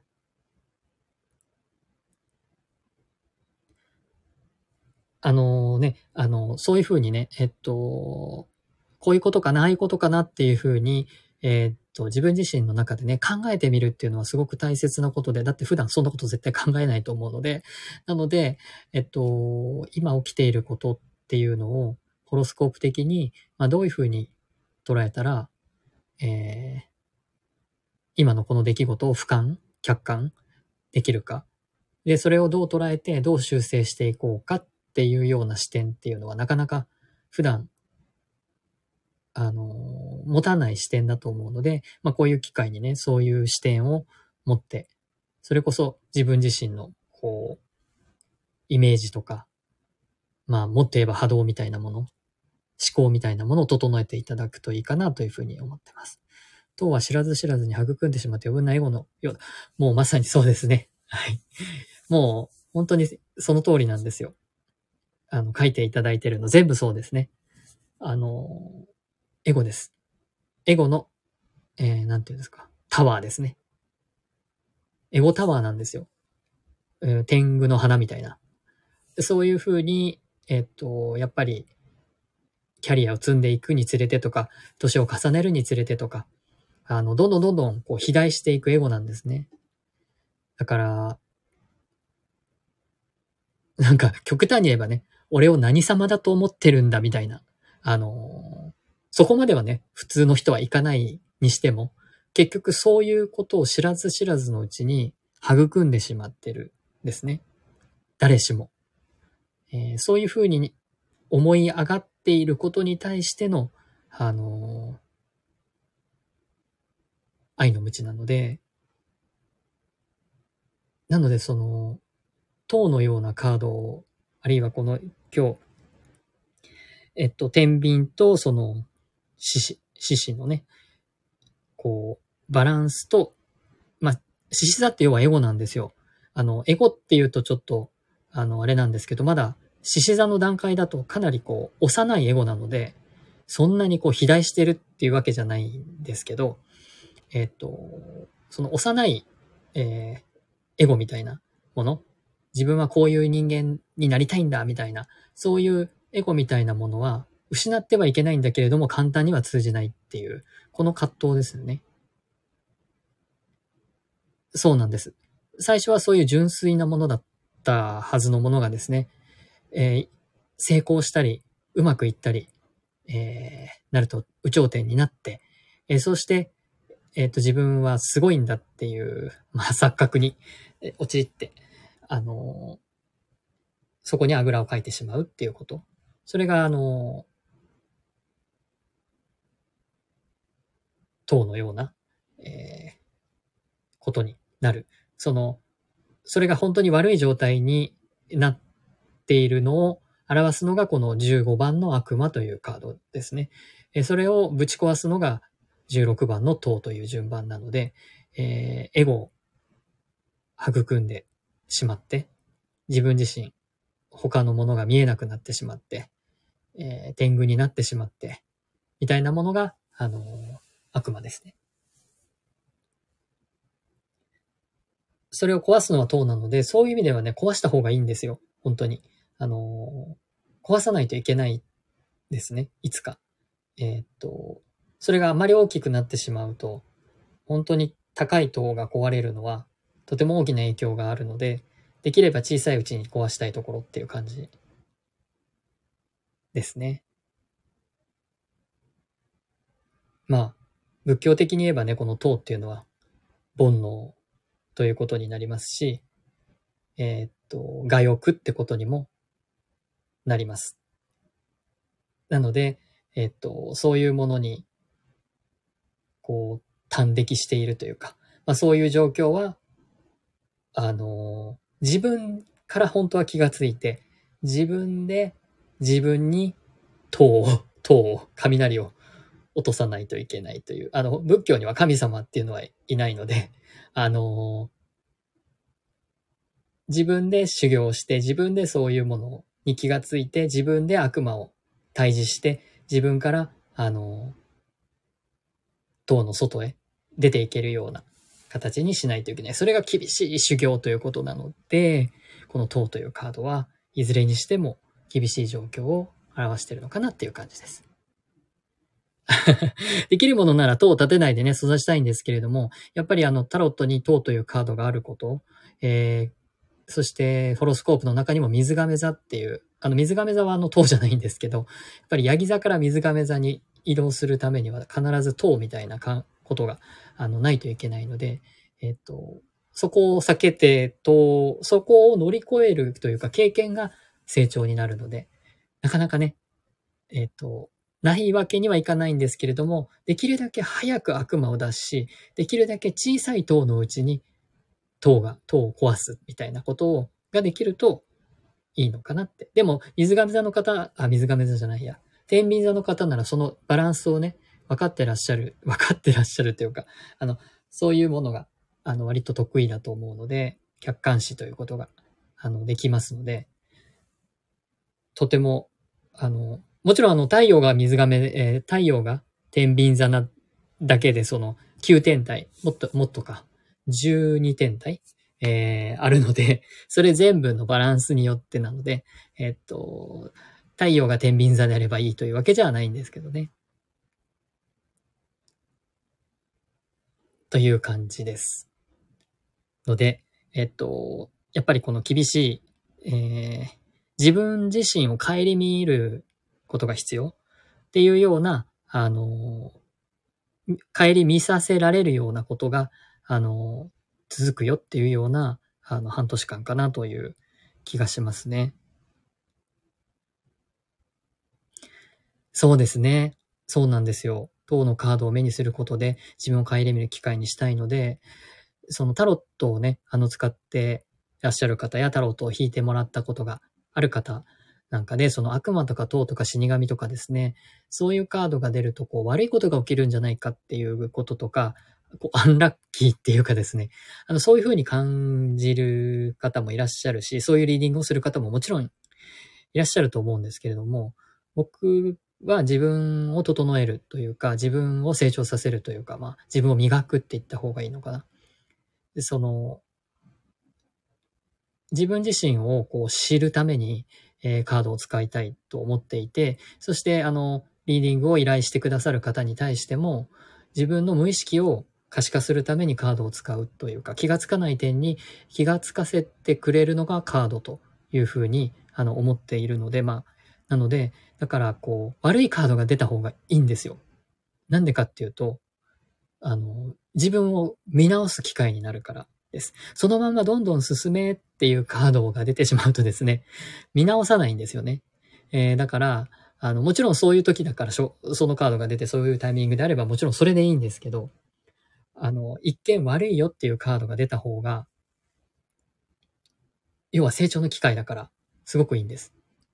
あのね、あの、そういうふうにね、えっと、こういうことかな、ああいうことかなっていうふうに、えっと、自分自身の中でね、考えてみるっていうのはすごく大切なことで、だって普段そんなこと絶対考えないと思うので、なので、えっと、今起きていることっていうのを、ホロスコープ的に、まあ、どういうふうに捉えたら、えー今のこの出来事を俯瞰、客観できるか。で、それをどう捉えて、どう修正していこうかっていうような視点っていうのはなかなか普段、あの、持たない視点だと思うので、まあこういう機会にね、そういう視点を持って、それこそ自分自身の、こう、イメージとか、まあもっと言えば波動みたいなもの、思考みたいなものを整えていただくといいかなというふうに思ってます。当は知らず知らずに育んでしまって余分なエゴのようだ。もうまさにそうですね。はい。もう本当にその通りなんですよ。あの、書いていただいてるの全部そうですね。あの、エゴです。エゴの、えー、なんていうんですか。タワーですね。エゴタワーなんですよ。えー天狗の花みたいな。そういうふうに、えっと、やっぱり、キャリアを積んでいくにつれてとか、年を重ねるにつれてとか、あの、どんどんどんどん、こう、肥大していくエゴなんですね。だから、なんか、極端に言えばね、俺を何様だと思ってるんだみたいな。あの、そこまではね、普通の人はいかないにしても、 結局そういうことを知らず知らずのうちに育んでしまってるんですね。誰しも。えーそういうふうに思い上がっていることに対しての、あのー愛の無知なので、なのでその、塔のようなカードを、あるいはこの今日、えっと、天秤とその、獅子、獅子のね、こう、バランスと、まあ、獅子座って要はエゴなんですよ。あの、エゴっていうとちょっと、あの、あれなんですけど、まだ、獅子座の段階だとかなりこう、幼いエゴなので、そんなにこう、肥大してるっていうわけじゃないんですけど、えっと、その幼い、えーエゴみたいなもの、自分はこういう人間になりたいんだ、みたいな、そういうエゴみたいなものは、失ってはいけないんだけれども、簡単には通じないっていう、この葛藤ですよね。そうなんです。最初はそういう純粋なものだったはずのものがですね、えー成功したり、うまくいったり、えーなると、有頂天になって、えーそして、えっと、自分はすごいんだっていう、まあ、錯覚にえ陥って、あのーそこにあぐらをかいてしまうっていうこと。それが、あのー塔のような、えーことになる。その、それが本当に悪い状態になっているのを表すのがこのじゅうごばんの悪魔というカードですね。えーそれをぶち壊すのがじゅうろくばんの塔という順番なので、えーエゴを育んでしまって、自分自身、他のものが見えなくなってしまって、えー天狗になってしまって、みたいなものが、あのー悪魔ですね。それを壊すのは塔なので、そういう意味ではね、壊した方がいいんですよ。本当に。あのー壊さないといけないですね。いつか。えーっと、それがあまり大きくなってしまうと、本当に高い塔が壊れるのは、とても大きな影響があるので、できれば小さいうちに壊したいところっていう感じですね。まあ、仏教的に言えばね、この塔っていうのは、煩悩ということになりますし、えーっと、我欲ってことにもなります。なので、えーっと、そういうものに、こう、端的しているというか、まあそういう状況は、あの、自分から本当は気がついて、自分で自分に塔を、塔を、雷を落とさないといけないという、あの、仏教には神様っていうのはいないので、あの、自分で修行して、自分でそういうものに気がついて、自分で悪魔を退治して、自分から、あの、塔の外へ出ていけるような形にしないといけない。それが厳しい修行ということなので、この塔というカードはいずれにしても厳しい状況を表しているのかなっていう感じです。できるものなら塔を立てないでね、育ちたいんですけれども、やっぱりあのタロットに塔というカードがあること、えーそしてホロスコープの中にも水亀座っていう、あの水亀座はあの塔じゃないんですけど、やっぱりヤギ座から水亀座に移動するためには必ず塔みたいなかことがあのないといけないので、えっと、そこを避けてと、そこを乗り越えるというか経験が成長になるので、なかなかね、えっと、ないわけにはいかないんですけれども、できるだけ早く悪魔を出し、できるだけ小さい塔のうちに塔が、塔を壊すみたいなことを、ができるといいのかなって。でも、水亀座の方、あ、水亀座じゃないや。天秤座の方ならそのバランスをね、分かってらっしゃる、分かってらっしゃるというか、あの、そういうものが、あの、割と得意だと思うので、客観視ということが、あの、できますので、とても、あの、もちろんあの、太陽が水亀、えー太陽が天秤座なだけでそのきゅうてん体、もっと、もっとか、じゅうにてん体、えーあるので、それ全部のバランスによってなので、えっと、太陽が天秤座であればいいというわけじゃないんですけどね。という感じです。ので、えっと、やっぱりこの厳しい、えー自分自身を顧みることが必要っていうような、あの、 帰り見させられるようなことが、あの、続くよっていうような、あの、半年間かなという気がしますね。そうですね。そうなんですよ。塔のカードを目にすることで自分を顧みる機会にしたいので、そのタロットをね、あの使っていらっしゃる方やタロットを引いてもらったことがある方なんかで、その悪魔とか塔とか死神とかですね、そういうカードが出るとこう悪いことが起きるんじゃないかっていうこととか、こうアンラッキーっていうかですね、あのそういう風に感じる方もいらっしゃるし、そういうリーディングをする方ももちろんいらっしゃると思うんですけれども、僕は自分を整えるというか、自分を成長させるというか、まあ自分を磨くって言った方がいいのかな。でその、自分自身をこう知るために、えーカードを使いたいと思っていて、そしてあの、リーディングを依頼してくださる方に対しても、自分の無意識を可視化するためにカードを使うというか、気がつかない点に気がつかせてくれるのがカードというふうにあの思っているので、まあ、なので、だからこう、悪いカードが出た方がいいんですよ。なんでかっていうと、あの、自分を見直す機会になるからです。そのままどんどん進めっていうカードが出てしまうとですね、見直さないんですよね。えー、だから、あの、もちろんそういう時だからしょ、そのカードが出てそういうタイミングであればもちろんそれでいいんですけど、あの、一見悪いよっていうカードが出た方が、要は成長の機会だから、すごくいいんです。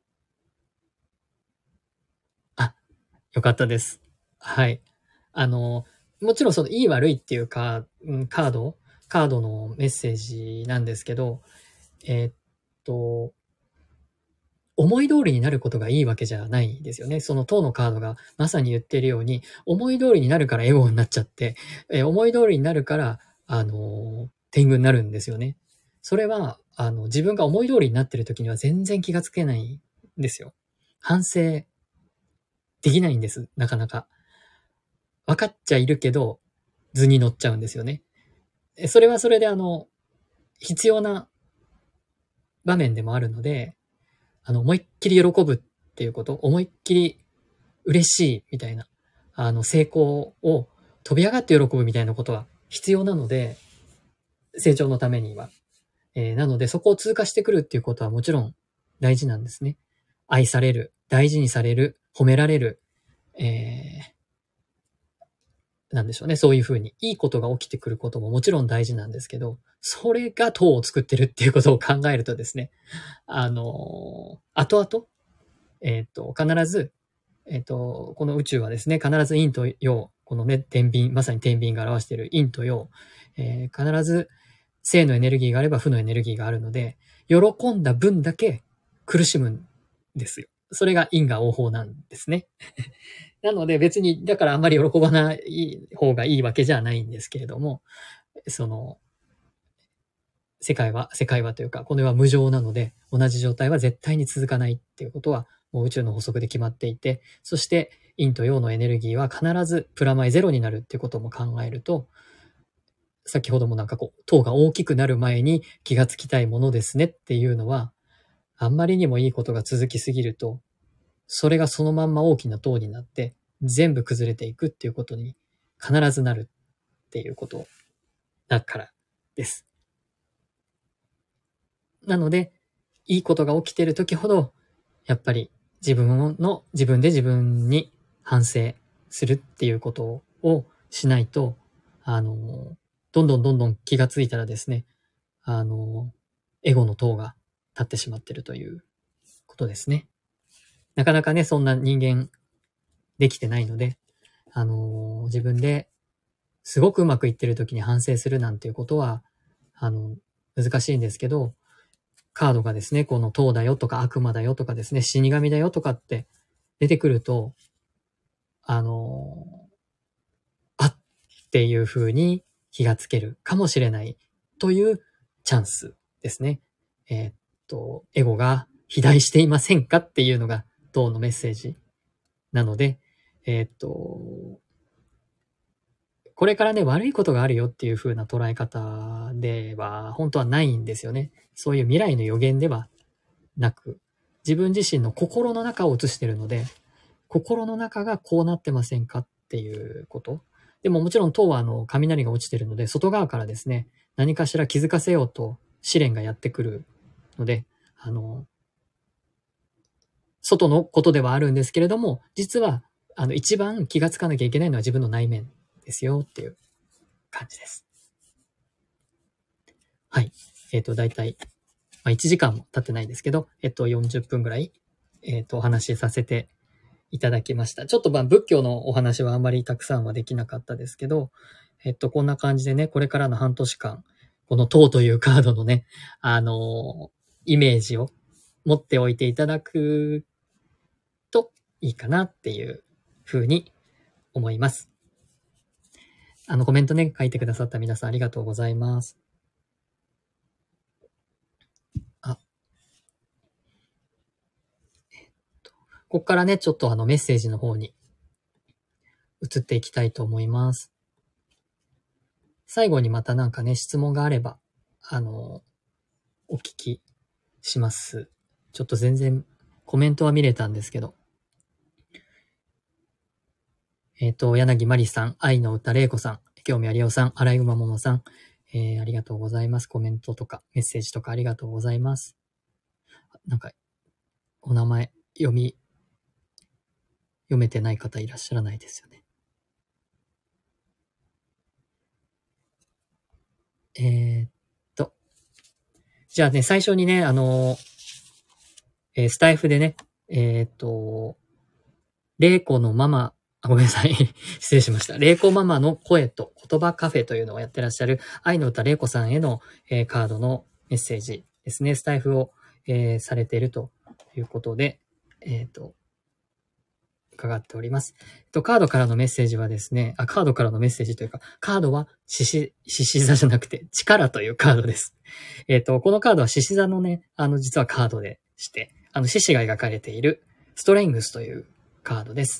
あ、よかったです。はい。あの、もちろんそのいい悪いっていうか、うんカード、カードのメッセージなんですけど、えーっと、思い通りになることがいいわけじゃないですよね。その塔のカードがまさに言っているように、思い通りになるからエゴになっちゃって、えー思い通りになるから、あのー天狗になるんですよね。それは、あの、自分が思い通りになってる時には全然気がつけないんですよ。反省できないんです。なかなか。分かっちゃいるけど、図に乗っちゃうんですよね。えそれはそれであの、必要な場面でもあるので、あの、思いっきり喜ぶっていうこと、思いっきり嬉しいみたいな、あの、成功を飛び上がって喜ぶみたいなことは必要なので、成長のためには。えーなので、そこを通過してくるっていうことはもちろん大事なんですね。愛される、大事にされる、褒められる、えー、なんでしょうね。そういうふうに、いいことが起きてくることももちろん大事なんですけど、それが塔を作ってるっていうことを考えるとですね、あのー後々、えっ、と、必ず、えっ、と、この宇宙はですね、必ず陰と陽、このね、天秤、まさに天秤が表している陰と陽、えー必ず正のエネルギーがあれば負のエネルギーがあるので、喜んだ分だけ苦しむんですよ。それが因果応報なんですね。なので別に、だからあんまり喜ばない方がいいわけじゃないんですけれども、その、世界は、世界はというか、これは無常なので、同じ状態は絶対に続かないっていうことは、もう宇宙の法則で決まっていて、そして、陰と陽のエネルギーは必ずプラマイゼロになるっていうことも考えると、先ほどもなんかこう、塔が大きくなる前に気がつきたいものですねっていうのは、あんまりにもいいことが続きすぎると、それがそのまんま大きな塔になって、全部崩れていくっていうことに必ずなるっていうことだからです。なので、いいことが起きている時ほど、やっぱり自分の、自分で自分に反省するっていうことをしないと、あの、どんどんどんどん気がついたらですね、あの、エゴの塔が立ってしまっているということですね。なかなかね、そんな人間できてないので、あの、自分ですごくうまくいってる時に反省するなんていうことは、あの、難しいんですけど、カードがですね、この塔だよとか悪魔だよとかですね、死神だよとかって出てくると、あの、あっていう風に気がつけるかもしれないというチャンスですね。えーっと、エゴが肥大していませんかっていうのが塔のメッセージなので、えーっと、これからね、悪いことがあるよっていう風な捉え方では、本当はないんですよね。そういう未来の予言ではなく、自分自身の心の中を映しているので、心の中がこうなってませんかっていうこと。 でももちろん塔はあの、雷が落ちてるので、外側からですね、何かしら気づかせようと試練がやってくるので、あの、外のことではあるんですけれども、実は、あの、一番気がつかなきゃいけないのは自分の内面ですよっていう感じです。はい。えっ、ー、と、だいたい、まあ、いちじかんも経ってないですけど、えっと、よんじゅっぷんぐらい、えっと、お話しさせていただきました。ちょっとまあ、仏教のお話はあんまりたくさんはできなかったですけど、えっと、こんな感じでね、これからの半年間、この塔というカードのね、あのー、イメージを持っておいていただくといいかなっていうふうに思います。あの、コメントね、書いてくださった皆さんありがとうございます。あ、えっと、ここからね、ちょっとあのメッセージの方に移っていきたいと思います。最後にまたなんかね、質問があれば、あの、お聞きします。ちょっと全然コメントは見れたんですけど。えっと、柳まりさん、愛の歌れいこさん、興味ありおさん、荒井馬ももさん、えー、ありがとうございます。コメントとかメッセージとかありがとうございます。なんか、お名前読み、読めてない方いらっしゃらないですよね。えー、っと。じゃあね、最初にね、あの、えー、スタイフでね、えー、っと、れいこのママ、あ、ごめんなさい。失礼しました。れいこママの声と言葉カフェというのをやってらっしゃる愛の歌れいこさんへの、えー、カードのメッセージですね。スタイフを、えー、されているということで、えっと、伺っております。えっと、カードからのメッセージはですね、あ、カードからのメッセージというか、カードは獅子、獅子座じゃなくて、力というカードです。えっと、このカードは獅子座のね、あの、実はカードでして、あの、獅子が描かれているストレングスというカードです。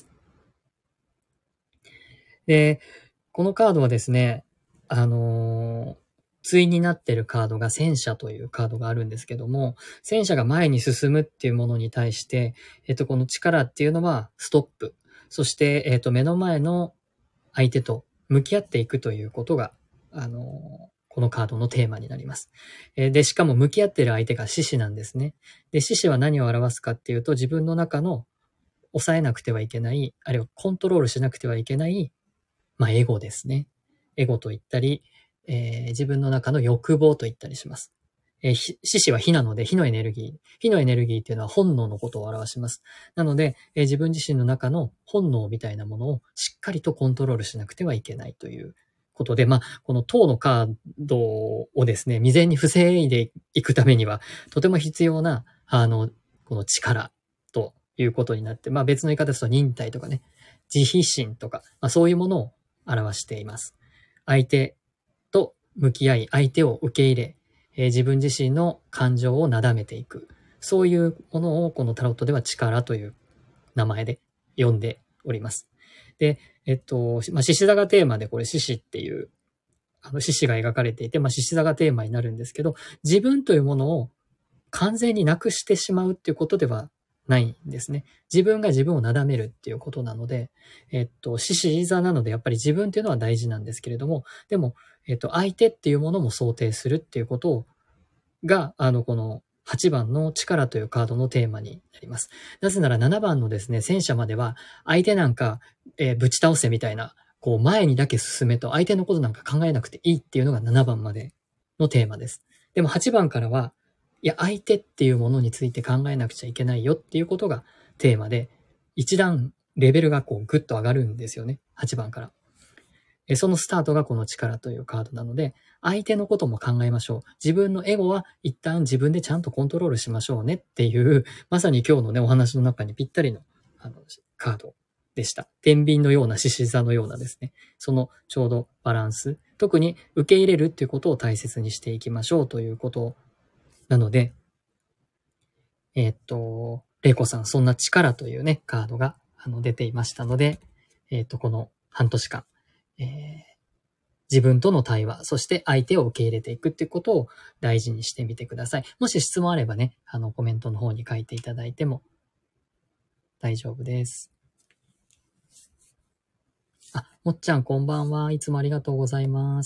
で、このカードはですね、あのー、対になっているカードが戦車というカードがあるんですけども、戦車が前に進むっていうものに対して、えっと、この力っていうのはストップ。そして、えっと、目の前の相手と向き合っていくということが、あのー、このカードのテーマになります。で、しかも向き合っている相手が獅子なんですね。で、獅子は何を表すかっていうと、自分の中の抑えなくてはいけない、あるいはコントロールしなくてはいけないまあ、エゴですね。エゴと言ったり、えー、自分の中の欲望と言ったりします。えー、獅子は火なので、火のエネルギー。火のエネルギーっていうのは本能のことを表します。なので、えー、自分自身の中の本能みたいなものをしっかりとコントロールしなくてはいけないということで、まあ、この塔のカードをですね、未然に防いでいくためには、とても必要な、あの、この力ということになって、まあ別の言い方ですと忍耐とかね、慈悲心とか、まあそういうものを表しています。相手と向き合い、相手を受け入れ、えー、自分自身の感情をなだめていく。そういうものをこのタロットでは力という名前で呼んでおります。で、えっと、まあ、獅子座がテーマでこれ獅子っていう、あの獅子が描かれていて、まあ、獅子座がテーマになるんですけど、自分というものを完全になくしてしまうっていうことではないんですね。自分が自分をなだめるっていうことなので、えっと、獅子座なのでやっぱり自分っていうのは大事なんですけれども、でも、えっと、相手っていうものも想定するっていうことが、あの、このはちばんの力というカードのテーマになります。なぜならななばんのですね、戦車までは、相手なんか、えー、ぶち倒せみたいな、こう前にだけ進めと相手のことなんか考えなくていいっていうのがななばんまでのテーマです。でもはちばんからは、いや、相手っていうものについて考えなくちゃいけないよっていうことがテーマで、一段レベルがこうグッと上がるんですよね。はちばんから。そのスタートがこの力というカードなので、相手のことも考えましょう。自分のエゴは一旦自分でちゃんとコントロールしましょうねっていう、まさに今日のね、お話の中にぴったりの、あのカードでした。天秤のような獅子座のようなですね、そのちょうどバランス、特に受け入れるっていうことを大切にしていきましょうということなので、えー、っと、レイコさん、そんな力というね、カードがあの出ていましたので、えー、っと、この半年間、えー、自分との対話、そして相手を受け入れていくっていうことを大事にしてみてください。もし質問あればね、あの、コメントの方に書いていただいても大丈夫です。あ、 もっちゃんこんばんは。いつもありがとうございます。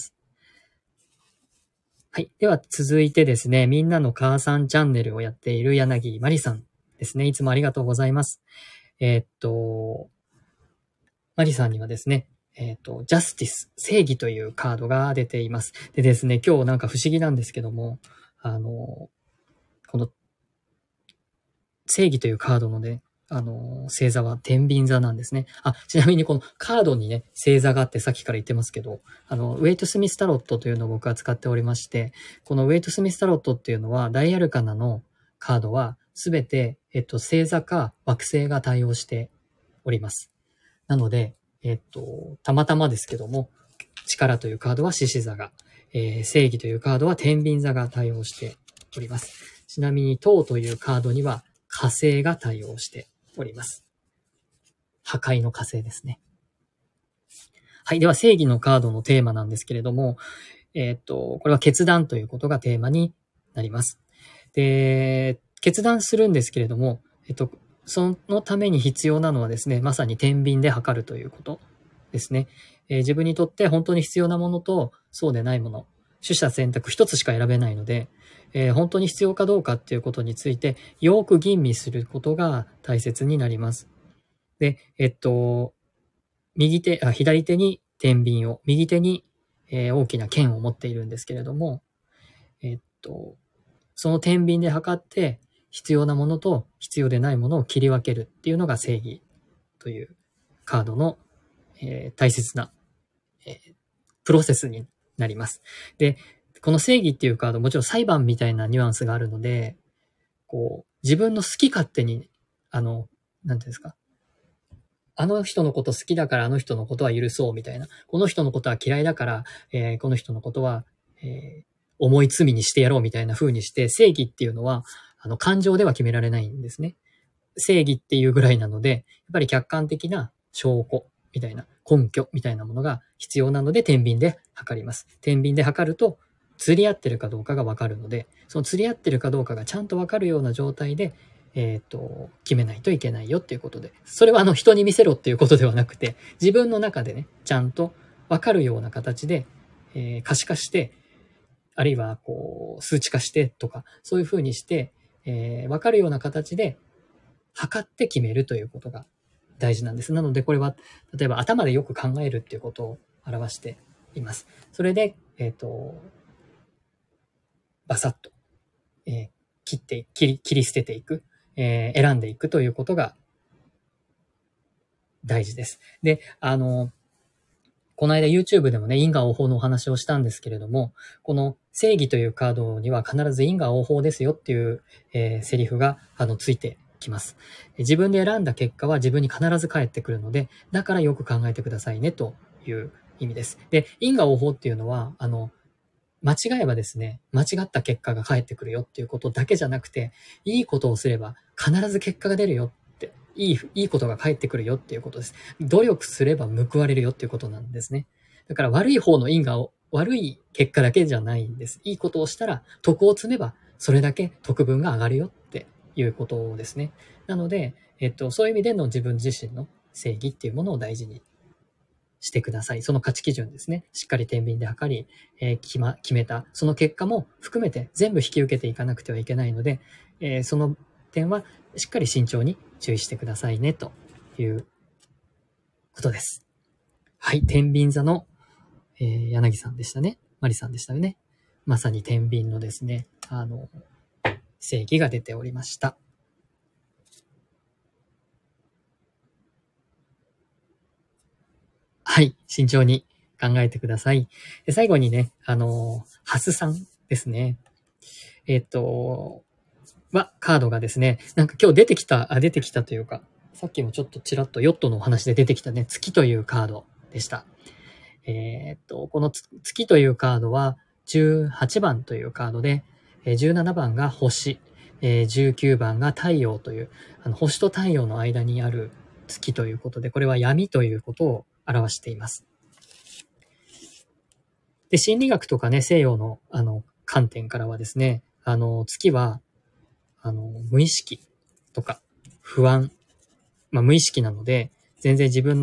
はい。では続いてですね、みんなの母さんチャンネルをやっている柳まりさんですね。いつもありがとうございます。えーっと、まりさんにはですね、えーっと、ジャスティス、正義というカードが出ています。でですね、今日なんか不思議なんですけども、あの、この正義というカードのね、あの、星座は天秤座なんですね。あ、ちなみにこのカードにね、星座があってさっきから言ってますけど、あの、ウェイトスミスタロットというのを僕は使っておりまして、このウェイトスミスタロットっていうのは、ダイアルカナのカードはすべて、えっと、星座か惑星が対応しております。なので、えっと、たまたまですけども、力というカードは獅子座が、えー、正義というカードは天秤座が対応しております。ちなみに、塔というカードには火星が対応しております。破壊の火星ですね。はい。では、正義のカードのテーマなんですけれども、えっと、これは決断ということがテーマになります。で、決断するんですけれども、えっと、そのために必要なのはですね、まさに天秤で測るということですね。えー自分にとって本当に必要なものとそうでないもの、取捨選択一つしか選べないので、えー本当に必要かどうかっていうことについてよく吟味することが大切になります。で、えっと、右手、あ、左手に天秤を、右手に、えー大きな剣を持っているんですけれども、えっと、その天秤で測って必要なものと必要でないものを切り分けるっていうのが正義というカードの、えー大切な、えープロセスになります。で、この正義っていうカード、もちろん裁判みたいなニュアンスがあるので、こう、自分の好き勝手に、あの、なんていうんですか、あの人のこと好きだからあの人のことは許そうみたいな。この人のことは嫌いだから、えーこの人のことは、えー重い罪にしてやろうみたいな風にして、正義っていうのは、あの、感情では決められないんですね。正義っていうぐらいなので、やっぱり客観的な証拠みたいな、根拠みたいなものが必要なので、天秤で測ります。天秤で測ると、釣り合ってるかどうかがわかるので、その釣り合ってるかどうかがちゃんとわかるような状態で、えっと、決めないといけないよっていうことで。それはあの人に見せろっていうことではなくて、自分の中でね、ちゃんとわかるような形で、えー可視化して、あるいはこう、数値化してとか、そういうふうにして、えーわかるような形で測って決めるということが大事なんです。なのでこれは、例えば頭でよく考えるっていうことを表しています。それで、えっと、バサッと、えー切って、切り、切り捨てていく、えー選んでいくということが大事です。で、あの、この間 YouTube でもね、因果応報のお話をしたんですけれども、この正義というカードには必ず因果応報ですよっていう、えーセリフが、あの、ついてきます。自分で選んだ結果は自分に必ず返ってくるので、だからよく考えてくださいねという意味です。で、因果応報っていうのは、あの、間違えばですね、間違った結果が返ってくるよっていうことだけじゃなくて、いいことをすれば必ず結果が出るよって、いい、いいことが返ってくるよっていうことです。努力すれば報われるよっていうことなんですね。だから悪い方の因果を、悪い結果だけじゃないんです。いいことをしたら、徳を積めば、それだけ徳分が上がるよっていうことですね。なので、えっと、そういう意味での自分自身の正義っていうものを大事にしてください。その価値基準ですね。しっかり天秤で測り、えー決ま、決めた、その結果も含めて全部引き受けていかなくてはいけないので、えーその点はしっかり慎重に注意してくださいね、ということです。はい、天秤座の、えー柳さんでしたね。マリさんでしたよね。まさに天秤のですね、あの、正義が出ておりました。はい、慎重に考えてください。で最後にね、あの、ハスさんですね。えっと、は、カードがですね、なんか今日出てきた、あ、出てきたというか、さっきもちょっとちらっとヨットのお話で出てきたね、月というカードでした。えーっと、この月というカードはじゅうはちばんというカードで、じゅうななばんが星、じゅうきゅうばんが太陽という、あの星と太陽の間にある月ということで、これは闇ということを表しています。で、心理学とかね、西洋のあの観点からはですね、あの月はあの無意識とか不安、まあ無意識なので、全然自分の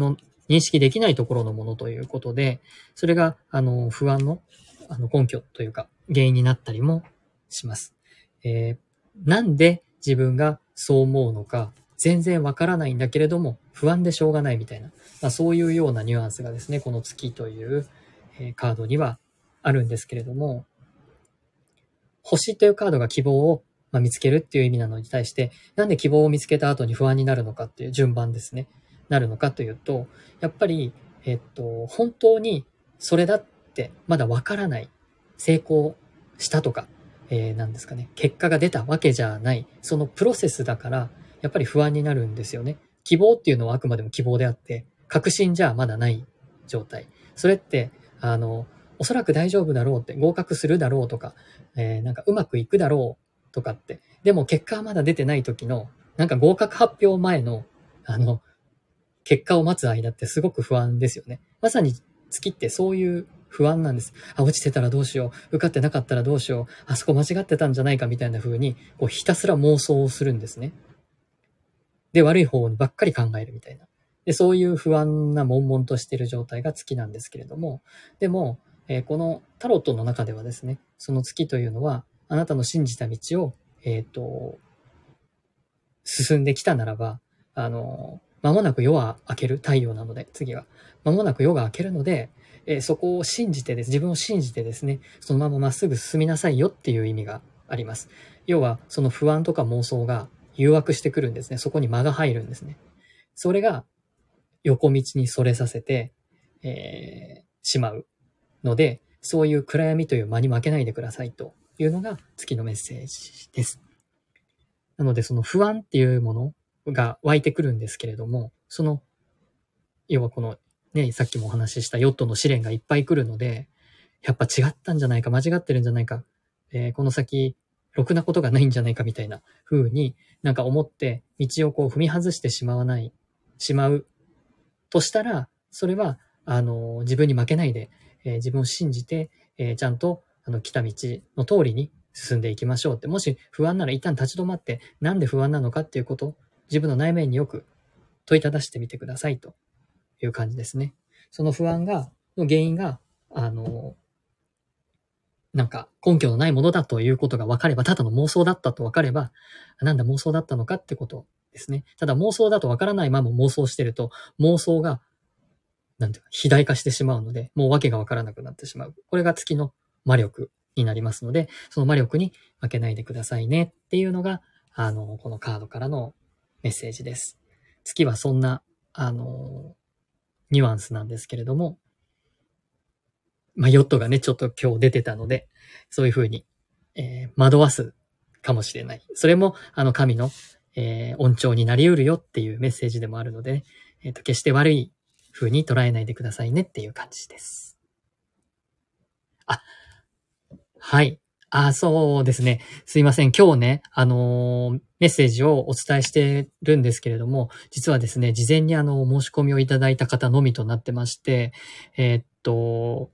認識できないところのものということで、それが、あの、不安の、あの、根拠というか、原因になったりもします。えー、なんで自分がそう思うのか、全然わからないんだけれども、不安でしょうがないみたいな、まあ、そういうようなニュアンスがですね、この月という、えー、カードにはあるんですけれども、星というカードが希望を、まあ、見つけるっていう意味なのに対して、なんで希望を見つけた後に不安になるのかっていう順番ですね。なるのかというと、やっぱり、えっと、本当にそれだってまだわからない。成功したとか、えー、なんですかね。結果が出たわけじゃない。そのプロセスだから、やっぱり不安になるんですよね。希望っていうのはあくまでも希望であって、確信じゃまだない状態。それって、あの、おそらく大丈夫だろうって、合格するだろうとか、えー、なんかうまくいくだろうとかって。でも結果はまだ出てない時の、なんか合格発表前の、あの、結果を待つ間ってすごく不安ですよね。まさに月ってそういう不安なんです。あ、落ちてたらどうしよう。受かってなかったらどうしよう。あそこ間違ってたんじゃないかみたいな風に、こうひたすら妄想をするんですね。で、悪い方にばっかり考えるみたいな。で、そういう不安な悶々としている状態が月なんですけれども、でも、えーこのタロットの中ではですね、その月というのは、あなたの信じた道を、えっと、進んできたならば、あの、間もなく夜は明ける太陽なので、次は。間もなく夜が明けるので、えーそこを信じてです、自分を信じてですね、そのまままっすぐ進みなさいよっていう意味があります。要は、その不安とか妄想が誘惑してくるんですね。そこに間が入るんですね。それが横道にそれさせて、えーしまうので、そういう暗闇という間に負けないでくださいというのが月のメッセージです。なので、その不安っていうものが湧いてくるんですけれども、その、要はこの、ね、さっきもお話ししたヨットの試練がいっぱい来るので、やっぱ違ったんじゃないか、間違ってるんじゃないか、えーこの先、ろくなことがないんじゃないかみたいな風になんか思って、道をこう踏み外してしまわない、しまうとしたら、それは、あの、自分に負けないで、えー自分を信じて、えーちゃんと、あの、来た道の通りに進んでいきましょうって。もし不安なら一旦立ち止まって、なんで不安なのかっていうことを、自分の内面によく問いただしてみてくださいという感じですね。その不安が、の原因が、あの、なんか根拠のないものだということが分かれば、ただの妄想だったと分かれば、なんだ妄想だったのかってことですね。ただ妄想だと分からないまま妄想してると、妄想がなんていうか、肥大化してしまうので、もう訳がわからなくなってしまう。これが月の魔力になりますので、その魔力に負けないでくださいねっていうのが、あの、このカードからのメッセージです。月はそんな、あの、ニュアンスなんですけれども、まあ、ヨットがね、ちょっと今日出てたので、そういうふうに、えー惑わすかもしれない。それも、あの、神の、えー恩寵になり得るよっていうメッセージでもあるので、ね、えっ、と、決して悪い風に捉えないでくださいねっていう感じです。あ、はい。あ、そうですね。すいません。今日ね、あのーメッセージをお伝えしてるんですけれども、実はですね、事前にあの、申し込みをいただいた方のみとなってまして、えーっと、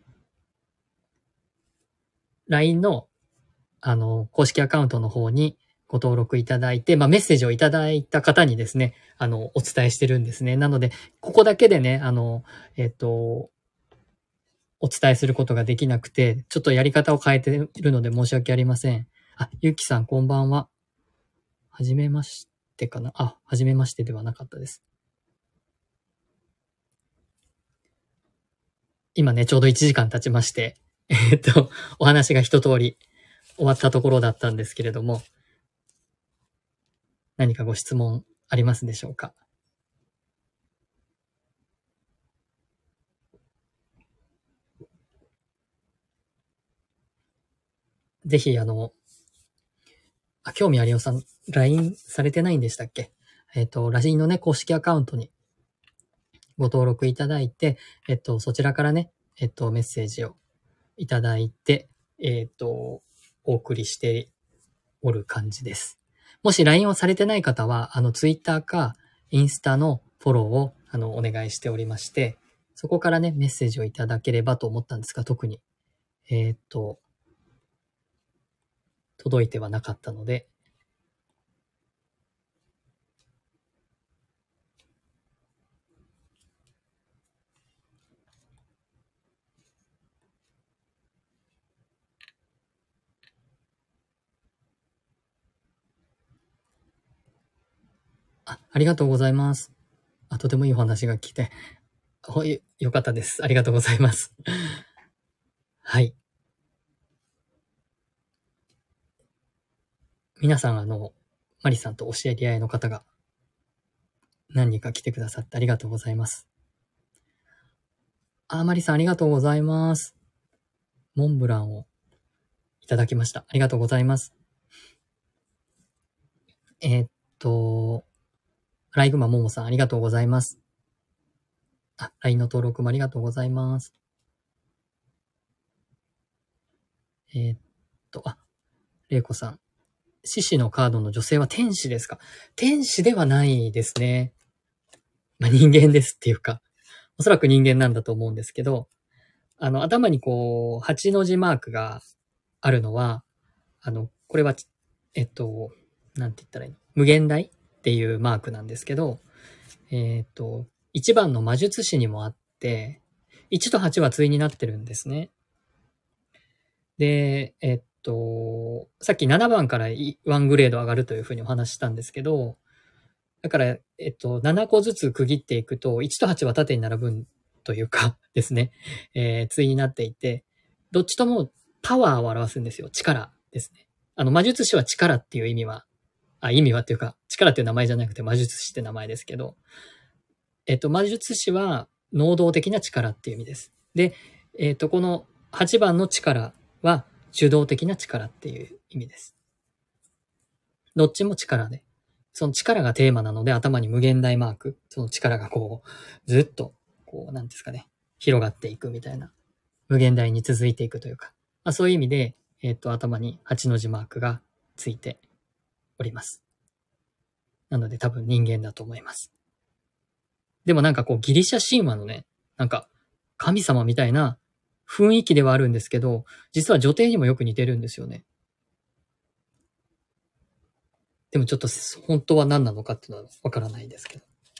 ライン の、あの、公式アカウントの方にご登録いただいて、まあ、メッセージをいただいた方にですね、あの、お伝えしてるんですね。なので、ここだけでね、あの、えーっと、お伝えすることができなくて、ちょっとやり方を変えているので申し訳ありません。あ、ゆきさんこんばんは。はじめましてかなあ、はじめましてではなかったです。今ね、ちょうどいちじかん経ちまして、えーっと、お話が一通り終わったところだったんですけれども、何かご質問ありますでしょうか？ぜひ、あの、あ、興味ありおさん、ライン されてないんでしたっけ？えっと、ライン のね、公式アカウントにご登録いただいて、えっと、そちらからね、えっと、メッセージをいただいて、えっと、お送りしておる感じです。もし ライン をされてない方は、あの、Twitter かインスタのフォローを、あの、お願いしておりまして、そこからね、メッセージをいただければと思ったんですが、特に、えっと、届いてはなかったので、 あ、ありがとうございます。あ、とてもいいお話が聞いて、ほい、よかったです。ありがとうございます。はい。皆さん、あの、マリさんとお知り合いの方が何人か来てくださってありがとうございます。あ、マリさんありがとうございます。モンブランをいただきました。ありがとうございます。えーっと、ライグマモモさんありがとうございます。あ、ライン の登録もありがとうございます。えーっと、あ、レイコさん。獅子のカードの女性は天使ですか？天使ではないですね。まあ、人間ですっていうか、おそらく人間なんだと思うんですけど、あの、頭にこう、八の字マークがあるのは、あの、これは、えっと、なんて言ったらいいの？無限大っていうマークなんですけど、えっと、一番の魔術師にもあって、いちとはちは対になってるんですね。で、えっと、さっきななばんからいちグレード上がるというふうにお話ししたんですけど、だから、えっと、ななこずつ区切っていくと、いちとはちは縦に並ぶというかですね、えー、対になっていて、どっちともパワーを表すんですよ。力ですね。あの、魔術師は力っていう意味は、あ、意味はっていうか、力っていう名前じゃなくて魔術師って名前ですけど、えっと、魔術師は能動的な力っていう意味です。で、えっと、このはちばんの力は受動的な力っていう意味です。どっちも力で。その力がテーマなので頭に無限大マーク。その力がこう、ずっと、こう、なんですかね、広がっていくみたいな。無限大に続いていくというか。まあ、そういう意味で、えっと、頭にはちの字マークがついております。なので多分人間だと思います。でもなんかこうギリシャ神話のね、なんか神様みたいな雰囲気ではあるんですけど、実は女帝にもよく似てるんですよね。でもちょっと本当は何なのかっていうのはわからないですけど。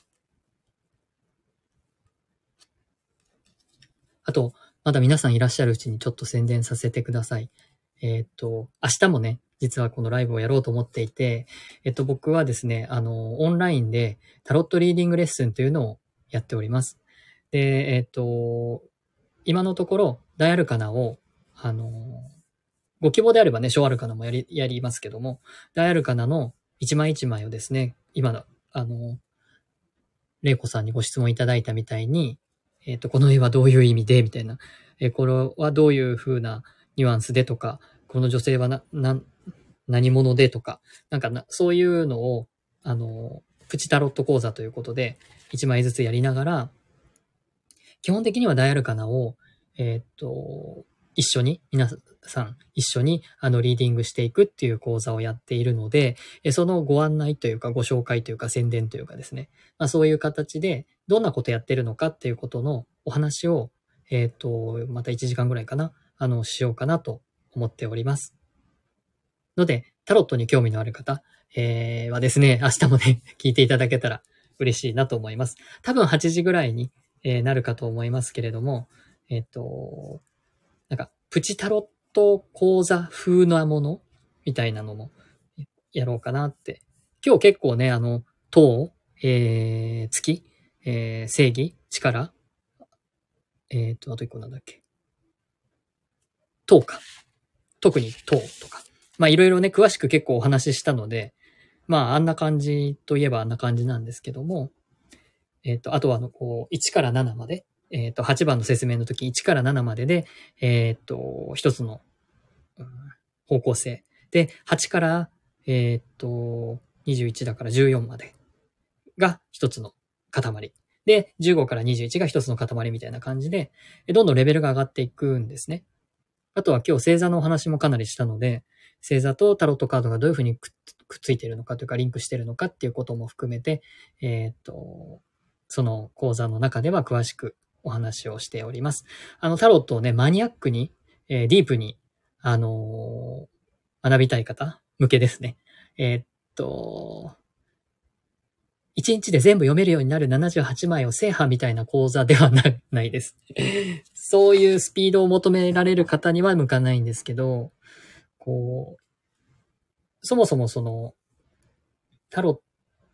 あと、まだ皆さんいらっしゃるうちにちょっと宣伝させてください。えっと、明日もね、実はこのライブをやろうと思っていて、えっと、僕はですね、あの、オンラインでタロットリーディングレッスンというのをやっております。で、えっと、今のところ、大アルカナを、あの、ご希望であればね、小アルカナもやり、やりますけども、大アルカナの一枚一枚をですね、今の、あの、レイコさんにご質問いただいたみたいに、えっと、この絵はどういう意味でみたいな、えこれはどういう風なニュアンスでとか、この女性はな、な、何者でとか、なんかな、そういうのを、あの、プチタロット講座ということで、一枚ずつやりながら、基本的には大アルカナを、えーっと、一緒に、皆さん一緒にあのリーディングしていくっていう講座をやっているので、そのご案内というかご紹介というか宣伝というかですね、まあ、そういう形でどんなことやってるのかっていうことのお話を、えーっと、またいちじかんぐらいかな、あの、しようかなと思っております。ので、タロットに興味のある方、えー、はですね、明日もね、聞いていただけたら嬉しいなと思います。多分はちじぐらいに、えーなるかと思いますけれども、えっと、なんか、プチタロット講座風なものみたいなのもやろうかなって。今日結構ね、あの、塔、えー、月、えー、正義、力、えっと、あと一個なんだっけ。塔か。特に塔とか。まあいろいろね、詳しく結構お話ししたので、まああんな感じといえばあんな感じなんですけども、えっと、あとはあの、こう、いちからななまで、えっと、はちばんの説明の時いちからななまでで、えっと、一つの、うん、方向性。で、はちから、えっと、にじゅういちだからじゅうよんまでが一つの塊。で、じゅうごからにじゅういちが一つの塊みたいな感じで、どんどんレベルが上がっていくんですね。あとは今日星座のお話もかなりしたので、星座とタロットカードがどういうふうにくっついているのかというか、リンクしているのかっていうことも含めて、えっと、その講座の中では詳しくお話をしております。あの、タロットをね、マニアックに、えーディープに、あのー学びたい方向けですね。えーっと、一日で全部読めるようになるななじゅうはちまいを制覇みたいな講座ではなないです。そういうスピードを求められる方には向かないんですけど、こう、そもそもその、タロッ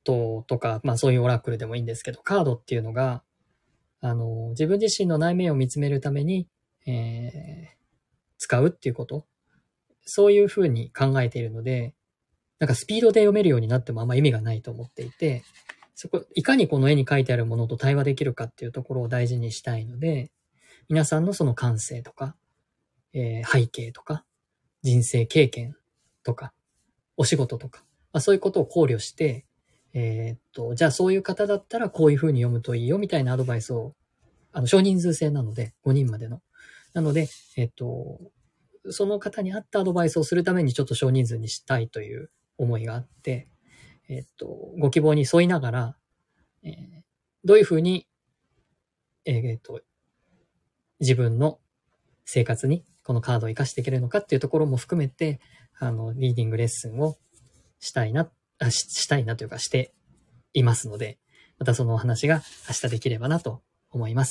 トとか、まあそういうオラクルでもいいんですけど、カードっていうのが、あの、自分自身の内面を見つめるために、えー、使うっていうこと。そういうふうに考えているので、なんかスピードで読めるようになってもあんま意味がないと思っていて、そこ、いかにこの絵に描いてあるものと対話できるかっていうところを大事にしたいので、皆さんのその感性とか、えー、背景とか、人生経験とか、お仕事とか、まあ、そういうことを考慮して、えーっと、じゃあそういう方だったらこういうふうに読むといいよみたいなアドバイスを、あの、少人数制なので、ごにんまでの。なので、えーっと、その方に合ったアドバイスをするためにちょっと少人数にしたいという思いがあって、えーっと、ご希望に沿いながら、えーどういうふうに、えーっと、自分の生活にこのカードを活かしていけるのかっていうところも含めて、あの、リーディングレッスンをしたいな、あし、したいなというかしていますので、またそのお話が明日できればなと思います。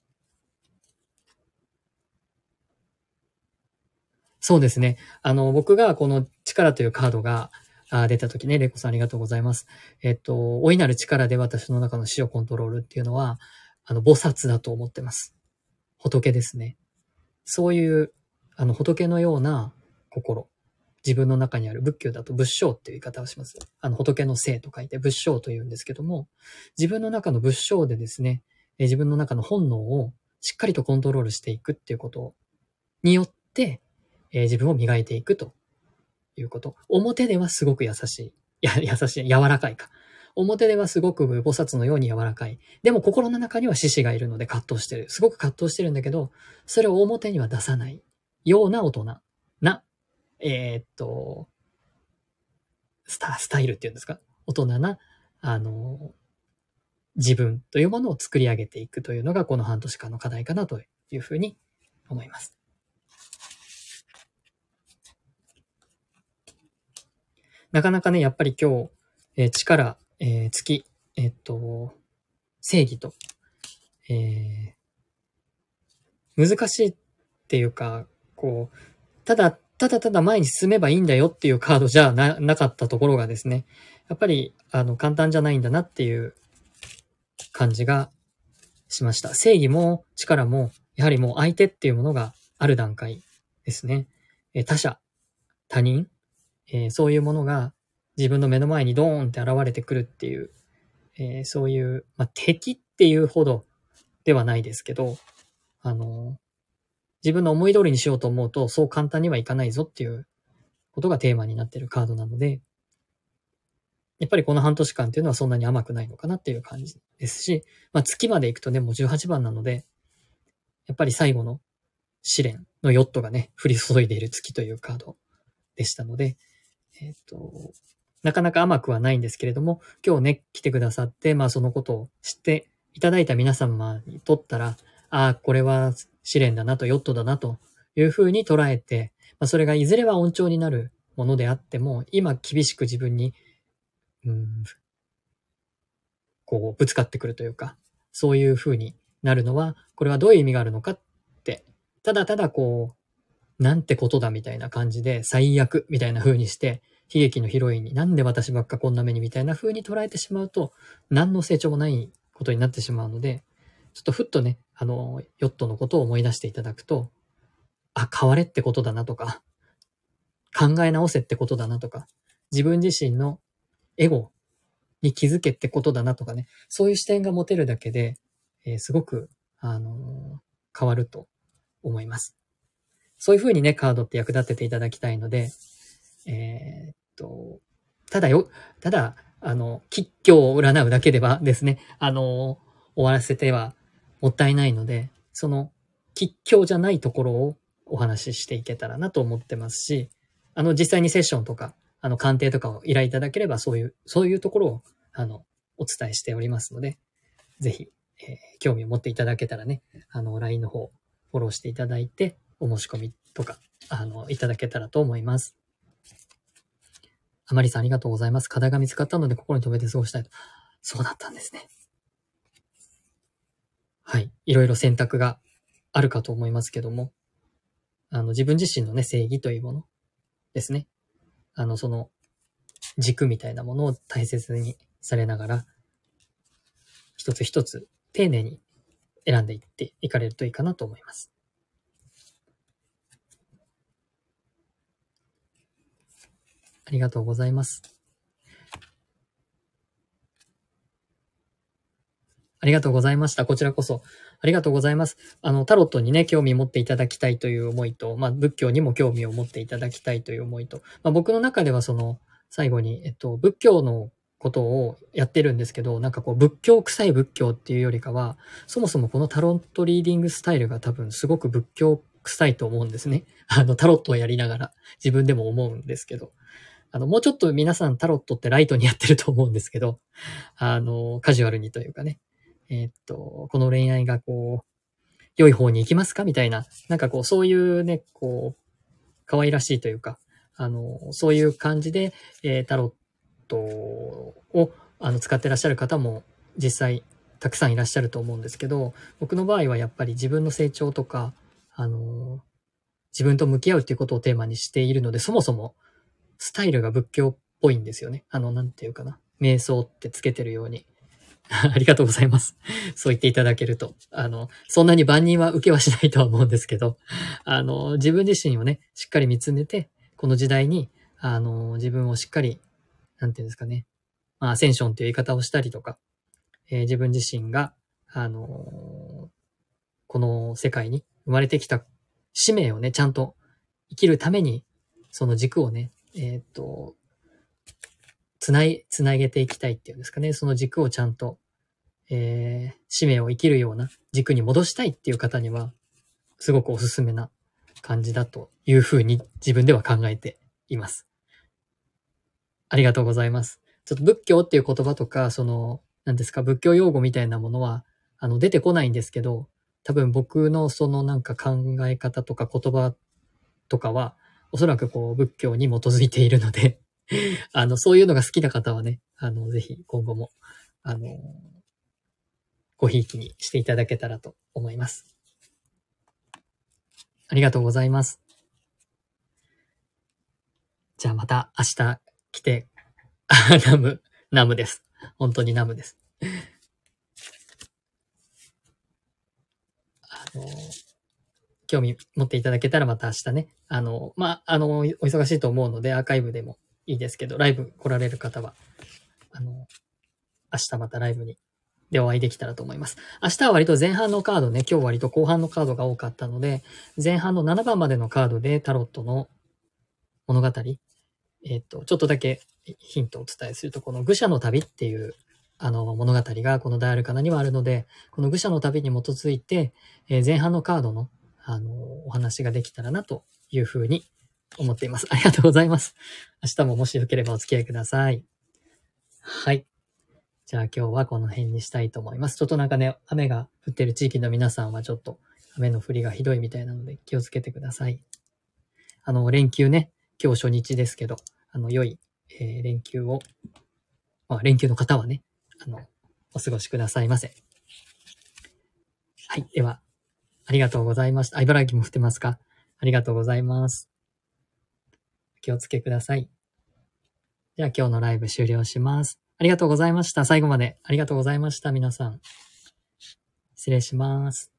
そうですね。あの、僕がこの力というカードがあ出た時ね、レイコさんありがとうございます。えっと、大いなる力で私の中の死をコントロールっていうのは、あの、菩薩だと思ってます。仏ですね。そういう、あの、仏のような心。自分の中にある仏教だと仏性っていう言い方をします。あの、仏の性と書いて仏性と言うんですけども、自分の中の仏性でですね、自分の中の本能をしっかりとコントロールしていくっていうことによって、えー、自分を磨いていくということ。表ではすごく優しい。や、優しい。柔らかいか。表ではすごく菩薩のように柔らかい。でも心の中には獅子がいるので葛藤してる。すごく葛藤してるんだけど、それを表には出さないような大人な、えー、っと、スタ、スタイルっていうんですか？大人な、あの、自分というものを作り上げていくというのがこの半年間の課題かなというふうに思います。なかなかね、やっぱり今日、えー、力、えー、月、えー、っと、正義と、えー、難しいっていうか、こう、ただ、ただただ前に進めばいいんだよっていうカードじゃな、なかったところがですね、やっぱり、あの、簡単じゃないんだなっていう感じがしました。正義も力も、やはりもう相手っていうものがある段階ですね。えー、他者、他人、えー、そういうものが自分の目の前にドーンって現れてくるっていう、えー、そういう、まあ、敵っていうほどではないですけど、あの、自分の思い通りにしようと思うと、そう簡単にはいかないぞっていうことがテーマになっているカードなので、やっぱりこの半年間っていうのはそんなに甘くないのかなっていう感じですし、まあ、月まで行くとね、もうじゅうはちばんなので、やっぱり最後の試練のヨットがね、降り注いでいる月というカードでしたので、えっと、なかなか甘くはないんですけれども、今日ね、来てくださって、まあそのことを知っていただいた皆様にとったら、ああ、これは試練だなと、ヨットだなというふうに捉えて、まあそれがいずれは恩寵になるものであっても、今厳しく自分に、うん、こうぶつかってくるというか、そういうふうになるのは、これはどういう意味があるのかって、ただただこう、なんてことだみたいな感じで、最悪みたいな風にして、悲劇のヒロインになんで私ばっかこんな目にみたいな風に捉えてしまうと、何の成長もないことになってしまうので、ちょっとふっとね、あの、ヨットのことを思い出していただくと、あ、変われってことだなとか、考え直せってことだなとか、自分自身のエゴに気づけってことだなとかね、そういう視点が持てるだけで、えーすごく、あのー変わると思います。そういう風にね、カードって役立てていただきたいので、えーっと、ただよ、ただ、あの、吉凶を占うだけではですね、あの、終わらせてはもったいないので、その、吉凶じゃないところをお話ししていけたらなと思ってますし、あの、実際にセッションとか、あの、鑑定とかを依頼いただければ、そういう、そういうところを、あの、お伝えしておりますので、ぜひ、えー興味を持っていただけたらね、あの、ライン の方、フォローしていただいて、お申し込みとか、あの、いただけたらと思います。あまりさんありがとうございます。課題が見つかったので心に留めて過ごしたいと。そうだったんですね。はい。いろいろ選択があるかと思いますけども、あの、自分自身のね、正義というものですね。あの、その、軸みたいなものを大切にされながら、一つ一つ丁寧に選んでいっていかれるといいかなと思います。ありがとうございます。ありがとうございました。こちらこそ。ありがとうございます。あの、タロットにね、興味持っていただきたいという思いと、まあ、仏教にも興味を持っていただきたいという思いと、まあ、僕の中ではその、最後に、えっと、仏教のことをやってるんですけど、なんかこう、仏教臭い仏教っていうよりかは、そもそもこのタロットリーディングスタイルが多分すごく仏教臭いと思うんですね。あの、タロットをやりながら自分でも思うんですけど、あの、もうちょっと皆さんタロットってライトにやってると思うんですけど、あの、カジュアルにというかね、えーっと、この恋愛がこう、良い方に行きますかみたいな、なんかこう、そういうね、こう、可愛らしいというか、あの、そういう感じで、えータロットを、あの、使ってらっしゃる方も実際たくさんいらっしゃると思うんですけど、僕の場合はやっぱり自分の成長とか、あの、自分と向き合うっていうことをテーマにしているので、そもそもスタイルが仏教っぽいんですよね。あの、なんていうかな。瞑想ってつけてるように。ありがとうございます。そう言っていただけると。あの、そんなに万人は受けはしないとは思うんですけど、あの、自分自身をね、しっかり見つめて、この時代に、あの、自分をしっかり、なんていうんですかね、まあ、アセンションという言い方をしたりとか、えー自分自身が、あの、この世界に生まれてきた使命をね、ちゃんと生きるために、その軸をね、えーっと、つない、つなげていきたいっていうんですかね。その軸をちゃんと、えー、使命を生きるような軸に戻したいっていう方には、すごくおすすめな感じだというふうに自分では考えています。ありがとうございます。ちょっと仏教っていう言葉とか、その、何ですか、仏教用語みたいなものは、あの、出てこないんですけど、多分僕のそのなんか考え方とか言葉とかは、おそらくこう仏教に基づいているので、あの、そういうのが好きな方はね、あの、ぜひ今後も、あの、ごひいきにしていただけたらと思います。ありがとうございます。じゃあまた明日来て、ナム、ナムです。本当にナムです。あの、興味持っていただけたらまた明日ね、あの、まあ、あの、お忙しいと思うのでアーカイブでもいいですけど、ライブ来られる方は、あの、明日またライブにでお会いできたらと思います。明日は割と前半のカードね、今日割と後半のカードが多かったので、前半のななばんまでのカードでタロットの物語、えっと、ちょっとだけヒントをお伝えすると、この愚者の旅っていうあの物語がこのダイアルカナにはあるので、この愚者の旅に基づいて、えー前半のカードの、あのお話ができたらなというふうに思っています。ありがとうございます。明日ももしよければお付き合いください。はい。じゃあ今日はこの辺にしたいと思います。ちょっとなんかね、雨が降ってる地域の皆さんはちょっと雨の降りがひどいみたいなので気をつけてください。あの、連休ね、今日初日ですけど、あの、良い、えー連休を、まあ、連休の方はね、あの、お過ごしくださいませ。はい。では、ありがとうございました。あ、茨城も降ってますか？ありがとうございます。お気をつけください。じゃあ今日のライブ終了します。ありがとうございました。最後までありがとうございました。皆さん。失礼します。